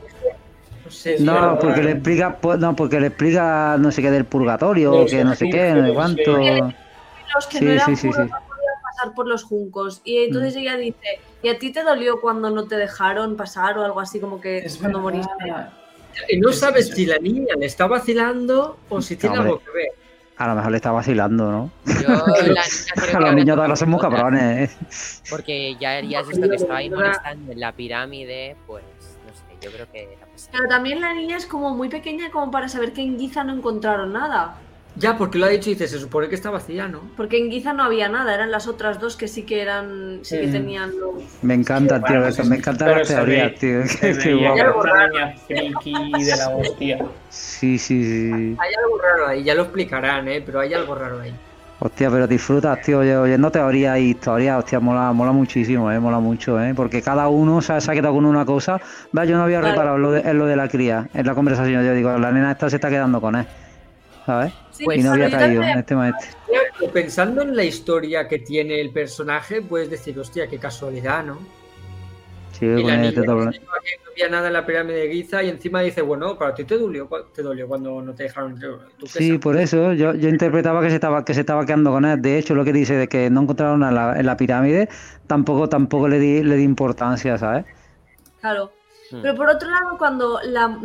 no sé, Es No, verdad. porque le explica, porque le explica no sé qué del purgatorio, Los que no sé qué, no sé cuánto. egipcios, Los que Sí, no eran sí, sí, puros sí. no podían pasar por los juncos. Y entonces ella dice, ¿y a ti te dolió cuando no te dejaron pasar o algo así como que Es cuando verdad. moriste? y no sabes si la niña le está vacilando o si tiene Hombre. algo que ver. A lo mejor le está vacilando, ¿no? Yo, la niña creo que Los ahora niños está ahora son muy cabrones, porque ya has visto que estaba ahí molestando en la pirámide, pues no sé, yo creo que la pasé. Pero también la niña es como muy pequeña como para saber que en Giza no encontraron nada. Ya, porque lo ha dicho y dice, se supone que está vacía, ¿no? Porque en Giza no había nada, eran las otras dos que sí que eran, sí que Mm. tenían los... Me encanta, tío, Bueno, me encantan pero las se teorías, ve- tío. se Qué veía que guapo. era una niña friki de la hostia. Sí. Hay algo raro ahí, ya lo explicarán, pero hay algo raro ahí. Hostia, pero disfrutas, tío, oyendo teorías y historias, hostia, mola muchísimo, mola mucho, porque cada uno se ha quedado con una cosa. Va, yo no había Claro. reparado en lo de la cría, en la conversación, yo digo, la nena esta se está quedando con él, ¿sabes? Sí, Y no pero había yo caído también- en este maestro. Pero pensando en la historia que tiene el personaje, puedes decir, hostia, qué casualidad, ¿no? Sí, Y la con niña este doble. que no había nada en la pirámide de Giza y encima dice, bueno, para ti te dolió cuando no te dejaron entrar. ¿Tú qué Sí, sabes? por eso yo interpretaba que se estaba quedando con él. De hecho, lo que dice de que no encontraron en la pirámide, tampoco le di importancia, ¿sabes? Claro. Hmm. Pero por otro lado, cuando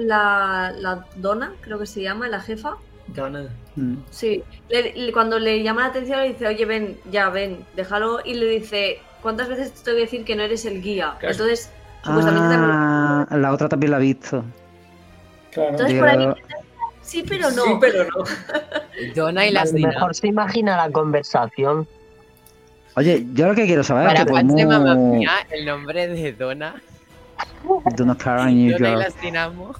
la Donna, creo que se llama, la jefa, Gana. Mm. sí, cuando le llama la atención le dice, oye, ven, déjalo, y le dice, ¿cuántas veces te tengo que decir que no eres el guía? Claro. Entonces, supuestamente también... Ah, la otra también la ha visto. Claro. Entonces, por ahí, Digo, sí, pero no. Sí, pero no. Donna y A las lo dinámicas. mejor se imagina la conversación. Oye, yo lo que quiero saber Para es que fans de Mamma Mía, el nombre de Donna. Donna Clara New Donna y York. las Dinamo.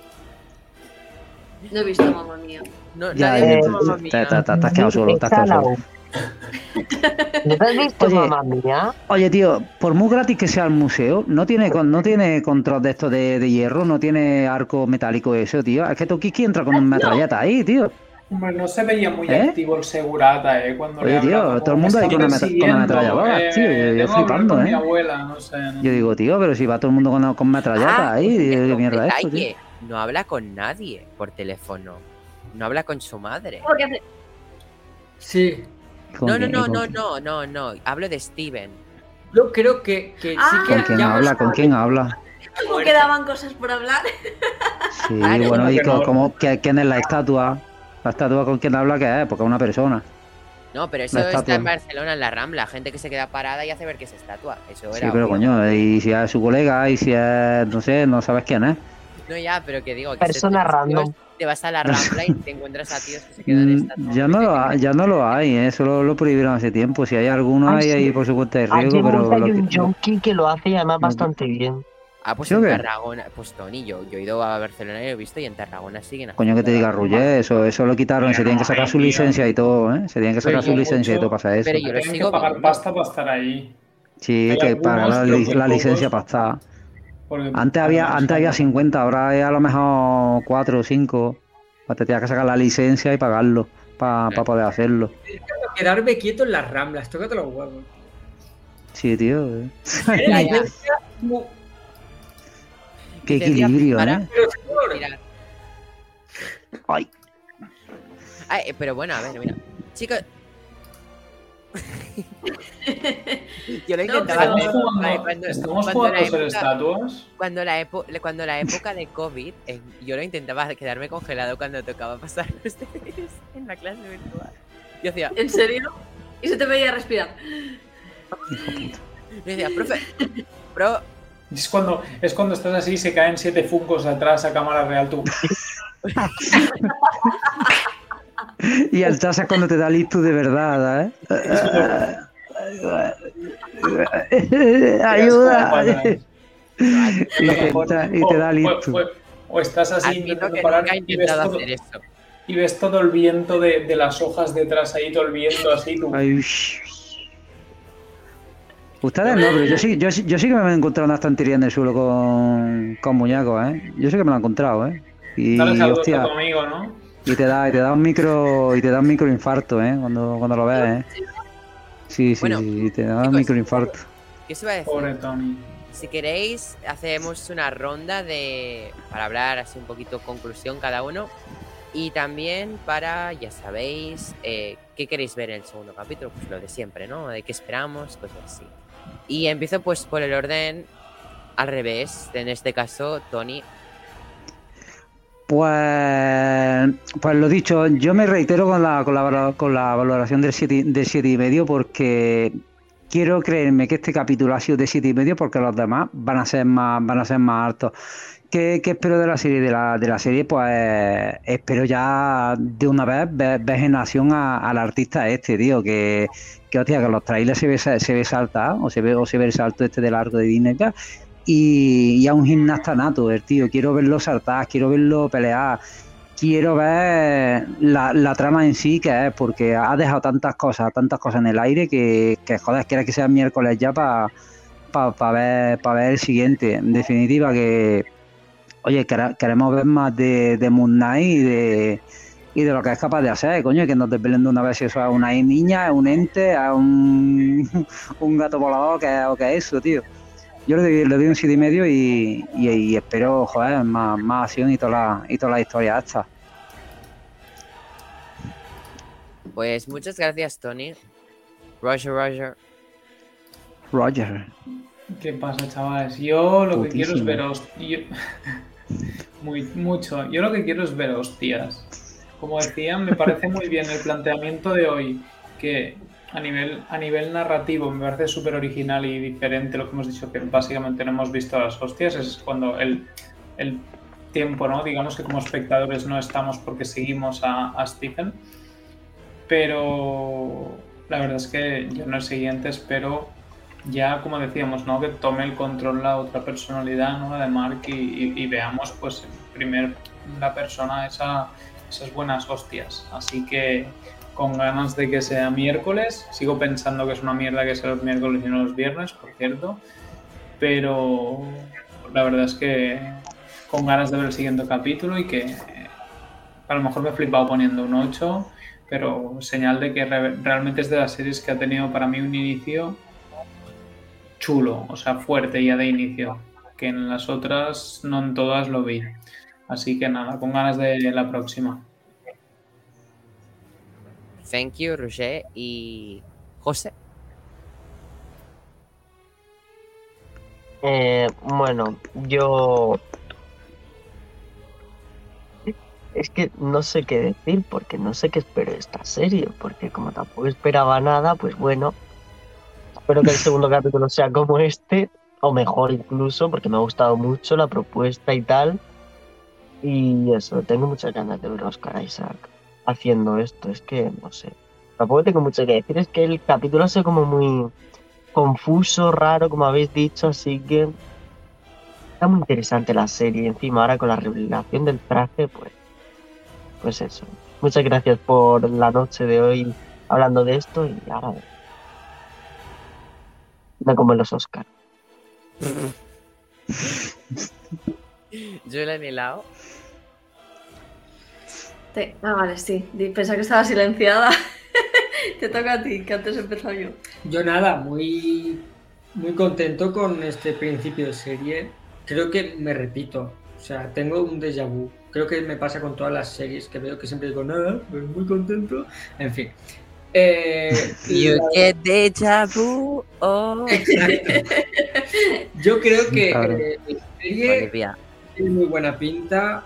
No he visto Mamma Mía. No, Ya, nadie ha visto Mamma te Mía. has quedado solo, te has quedado solo. ¿No te has visto, Oye. mamá mía? Oye, tío, por muy gratis que sea el museo, no tiene control de esto de hierro, no tiene arco metálico eso, tío. Es que Tokiski entra con un metralleta ahí, tío. Hombre, no se veía muy ¿Eh? activo el segurata, cuando Oye, le tío, hablaba, todo el como, mundo "Me ahí con una están persiguiendo, ametralladora, tío. Yo tengo que hablar flipando, con mi abuela, no sé. ¿no? Yo digo, tío, pero si va todo el mundo con metralleta ahí, un ¿qué mierda es esto, tío? detalle. No habla con nadie por teléfono. No habla con su madre. ¿Por qué hace- Sí. ¿Con No, quién- no, con no, quién- no, no, no. Hablo de Steven. Yo creo que sí que ¿Con quién ya habla? hemos- ¿Con quién habla? ¿Cómo quedaban cosas por hablar? Sí, Claro, bueno, y que no. ¿quién es la estatua? ¿La estatua con quién habla qué es? Porque es una persona. No, pero eso La está estatua. en Barcelona, en la Rambla. Gente que se queda parada y hace ver que es estatua. Eso Sí, era pero obvio. coño, y si es su colega, y si es, no sé, no sabes quién es. No, ya, pero que digo que Persona tíos, random. te vas a la Rambla y te encuentras a tíos que se quedan en estatua. Ya no lo hay, eso lo prohibieron hace tiempo. Si hay alguno, Ay, hay sí. ahí por supuesto de Aquí riesgo, en pero Murcia hay lo un que- junkie que lo hace y además no- bastante bien. Ah, pues ¿Sí o en qué? Tarragona. Pues Tony, yo he ido a Barcelona y lo he visto y en Tarragona siguen Coño, que te diga Ruller, eso lo quitaron, se tienen que sacar su licencia y todo, ¿eh? Se tienen que sacar su Pero licencia y mucho- todo pasa eso. Pero yo lo Tienen que sigo pagar viendo. pasta para estar ahí. Sí, hay que pagar algunos, pero muy la licencia pocos. para estar. Porque Antes había 50, ahora hay a lo mejor 4 o 5. Te tienes que sacar la licencia y pagarlo para poder hacerlo. Quedarme quieto en las Ramblas, tócate los huevos. Sí, tío. Ya, ya. Qué Licencia equilibrio, para- ¿eh? Pero señor, Mira. Ay. Ay, pero bueno, a ver, mira. Chicos. Yo lo No, intentaba pero- hacer Estamos cuando jugando la a ser época- estatuas. cuando la época de COVID, yo lo intentaba quedarme congelado cuando tocaba pasar los deberes en la clase virtual. Yo decía, ¿En serio? Y se te veía respirar. profe, bro, Es cuando estás así y se caen 7 funcos atrás a cámara real tú. Y el taza es cuando te da listo de verdad, ¿eh? Ayuda. Y te da listo. O estás así admito intentando que parar nunca he y ves, intentado todo, hacer eso. y ves todo el viento de las hojas detrás ahí, todo el viento así. Tú. Ay, ustedes no, pero yo sí que me he encontrado una estantería en el suelo con muñecos, ¿eh? Yo sí que me lo he encontrado, ¿eh? Y Dale saludos hostia, a tu amigo, ¿no? y te da un microinfarto, ¿eh? Cuando lo ves, ¿eh? Sí, Bueno, te da un chicos, microinfarto. ¿Qué os iba a decir? Pobre Tony. Si queréis, hacemos una ronda para hablar así un poquito conclusión cada uno. Y también para, ya sabéis, qué queréis ver en el segundo capítulo. Pues lo de siempre, ¿no? De qué esperamos, cosas así. Y empiezo pues por el orden al revés. En este caso, Tony. Pues lo dicho, yo me reitero con la valoración del 7,5 porque quiero creerme que este capítulo ha sido de 7,5 porque los demás van a ser más altos. ¿Qué espero de la serie? De la serie, pues espero ya de una vez ver en acción al artista tío, que hostia, que en los trailers se ve saltar, o se ve el salto este del arco de Disney y a un gimnasta nato, el tío. Quiero verlo saltar, quiero verlo pelear, quiero ver la trama en sí que es, porque ha dejado tantas cosas en el aire que joder, quiera que sea miércoles ya para ver el siguiente. En definitiva, que oye, queremos ver más de Moon Knight y de lo que es capaz de hacer, coño, que nos desvelen de una vez si eso es una niña, es un ente, es un gato volador, o que es eso, tío. Yo le doy un 7,5 y espero, joder, más acción y todas las historias estas. Pues muchas gracias, Tony. Roger. Roger. ¿Qué pasa, chavales? Yo lo que quiero es Putísimo. ver mucho. Yo lo que quiero es ver hostias. Como decían, me parece muy bien el planteamiento de hoy, que a nivel narrativo me parece súper original y diferente lo que hemos dicho, que básicamente no hemos visto las hostias, es cuando el tiempo, ¿no? Digamos que como espectadores no estamos porque seguimos a Stephen, pero la verdad es que yo en el siguiente espero ya, como decíamos, ¿no? Que tome el control la otra personalidad, ¿no? La de Mark y veamos pues en la persona esas buenas hostias. Así que con ganas de que sea miércoles. Sigo pensando que es una mierda que sea los miércoles y no los viernes, por cierto. Pero la verdad es que con ganas de ver el siguiente capítulo y que a lo mejor me he flipado poniendo un 8, pero señal de que realmente es de las series que ha tenido para mí un inicio chulo, o sea, fuerte ya de inicio, que en las otras no en todas lo vi. Así que nada, con ganas de la próxima. Thank you, Roger. Y José. Bueno, yo... Es que no sé qué decir, porque no sé qué espero de esta serie, porque como tampoco esperaba nada, pues bueno, espero que el segundo capítulo sea como este, o mejor incluso, porque me ha gustado mucho la propuesta y tal. Y eso, tengo muchas ganas de ver a Oscar Isaac haciendo esto, es que no sé. Tampoco tengo mucho que decir, es que el capítulo ha sido como muy confuso, raro, como habéis dicho, así que está muy interesante la serie. Encima ahora con la revelación del traje, pues eso. Muchas gracias por la noche de hoy hablando de esto y ahora me como los Oscar. Yo la he helado. Vale, sí. Pensaba que estaba silenciada. Te toca a ti, que antes he empezado yo. Yo nada, muy, muy contento con este principio de serie. Creo que me repito, o sea, tengo un déjà vu. Creo que me pasa con todas las series que veo que siempre digo nada, pues muy contento. En fin. You get déjà vu. Oh. Exacto. Yo creo que la serie Olivia. tiene muy buena pinta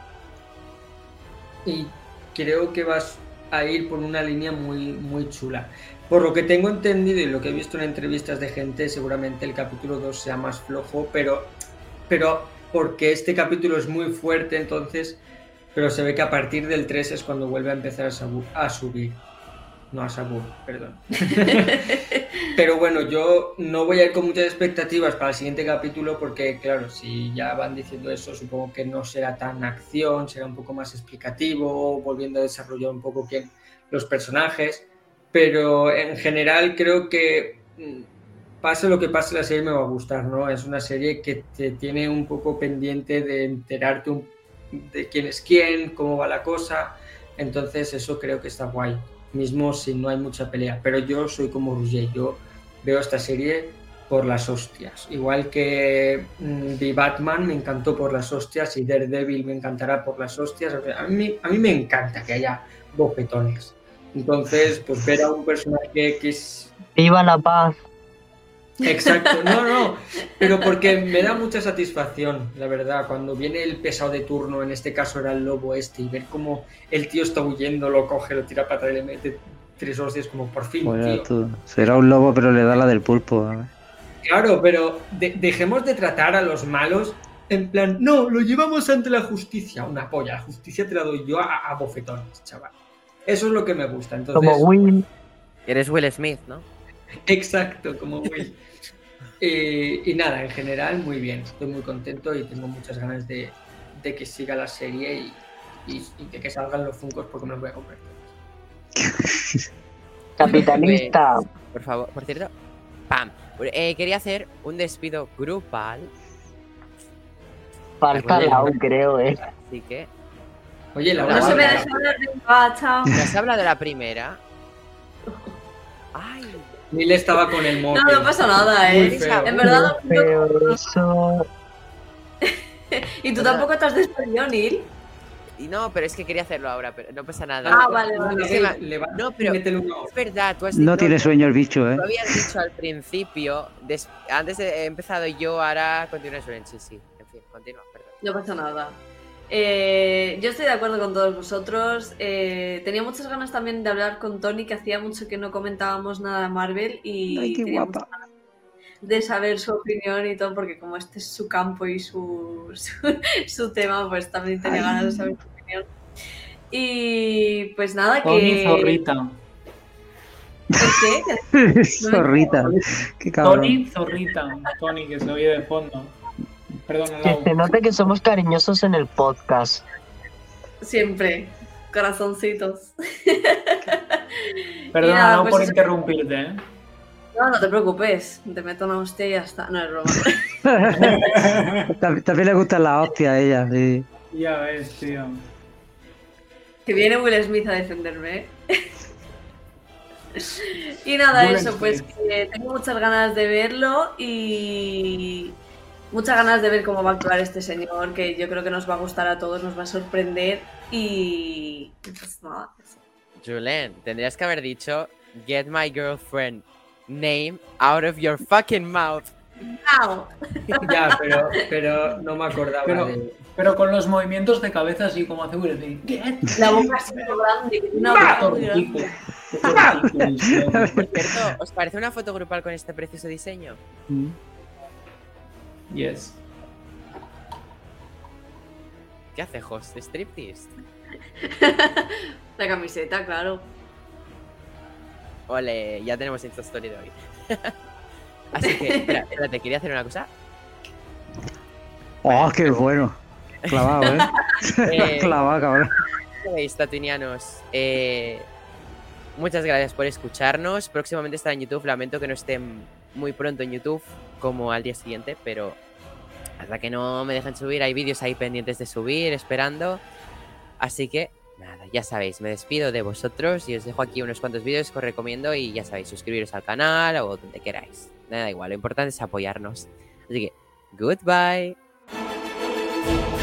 y creo que vas a ir por una línea muy, muy chula. Por lo que tengo entendido y lo que he visto en entrevistas de gente, seguramente el capítulo 2 sea más flojo, pero porque este capítulo es muy fuerte, entonces, pero se ve que a partir del 3 es cuando vuelve a empezar a subir. No a Sabur, perdón. Pero bueno, yo no voy a ir con muchas expectativas para el siguiente capítulo porque, claro, si ya van diciendo eso, supongo que no será tan acción, será un poco más explicativo, volviendo a desarrollar un poco los personajes. Pero en general creo que pase lo que pase, la serie me va a gustar, ¿no? Es una serie que te tiene un poco pendiente de enterarte de quién es quién, cómo va la cosa. Entonces eso creo que está guay. Mismo si no hay mucha pelea, pero yo soy como Roger, yo veo esta serie por las hostias, igual que The Batman me encantó por las hostias y Daredevil me encantará por las hostias. A mí me encanta que haya bofetones, entonces pues ver a un personaje que es... ¡Viva la paz! Exacto, no, pero porque me da mucha satisfacción, la verdad, cuando viene el pesado de turno, en este caso era el lobo y ver cómo el tío está huyendo, lo coge, lo tira para atrás y le mete 3 hostias, como por fin, Bueno, tío. tú, será un lobo, pero le da la del pulpo. A ver. Claro, pero dejemos de tratar a los malos en plan, no, lo llevamos ante la justicia. Una polla, la justicia te la doy yo a bofetones, chaval. Eso es lo que me gusta. Entonces, Como Will. Eres Will Smith, ¿no? Exacto, como Will. Y nada, en general, muy bien. Estoy muy contento y tengo muchas ganas de que siga la serie y de que salgan los Funkos porque me los voy a comprar todos. Capitalista. Por favor, por cierto, ¡pam! Quería hacer un despido grupal. Falta la U, creo, Así que... Oye, la No se me deja hablar de chao. ¿Ya se habla de la primera? ¡Ay! Mil estaba con el móvil. No pasa nada, Muy feo. En verdad, Pero eso... Y tú tampoco te has despedido, Neil. Y no, pero es que quería hacerlo ahora, pero no pasa nada. Ah, vale. No, pero es verdad, tú has dicho... No tiene sueño el bicho, ¿eh? Tú habías dicho al principio, antes he empezado yo, ahora continúa en sí. En fin, continúa, perdón. No pasa nada. Yo estoy de acuerdo con todos vosotros. Tenía muchas ganas también de hablar con Tony, que hacía mucho que no comentábamos nada de Marvel y Ay, qué tenía guapa. muchas ganas de saber su opinión y todo, porque como este es su campo y su tema, pues también tenía ganas de saber su opinión. Y pues nada, Tony que... Zorrita. ¿Qué? Zorrita. Qué cabrón. Tony Zorrita. Tony, que se oye de fondo. Perdona, Que Lau. se note que somos cariñosos en el podcast. Siempre. Corazoncitos. Perdona, Y nada, Lau, pues por eso. interrumpirte, ¿eh? No, no te preocupes. Te meto una hostia y ya está. No es broma. También le gustan las hostias a ella, sí. Ya ves, tío. Que viene Will Smith a defenderme, ¿eh? Y nada, Will eso, pues Smith. que tengo muchas ganas de verlo y muchas ganas de ver cómo va a actuar este señor, que yo creo que nos va a gustar a todos, nos va a sorprender y pues nada, eso. Julen, tendrías que haber dicho Get my girlfriend name out of your fucking mouth. ¡Au! Ya, pero no me acordaba Pero con los movimientos de cabeza así como hace Will Smith. Get. La boca así muy grande, que tiene una boca muy Tortico. grande. Qué tortico el tío. Por cierto, ¿os parece una foto grupal con este precioso diseño? Yes. ¿Qué hace host? ¿Striptease? La camiseta, claro. Ole, ya tenemos Insta Story de hoy. Así que, espérate, quería hacer una cosa. Oh, qué bueno. Clavado, ¿eh? Clavado, cabrón. ¿Qué veis, tatuinianos? Muchas gracias por escucharnos. Próximamente estará en YouTube. Lamento que no esté muy pronto en YouTube, como al día siguiente, pero hasta que no me dejen subir, hay vídeos ahí pendientes de subir, esperando. Así que, nada, ya sabéis, me despido de vosotros y os dejo aquí unos cuantos vídeos que os recomiendo y ya sabéis, suscribiros al canal o donde queráis. Me da igual, lo importante es apoyarnos. Así que, goodbye.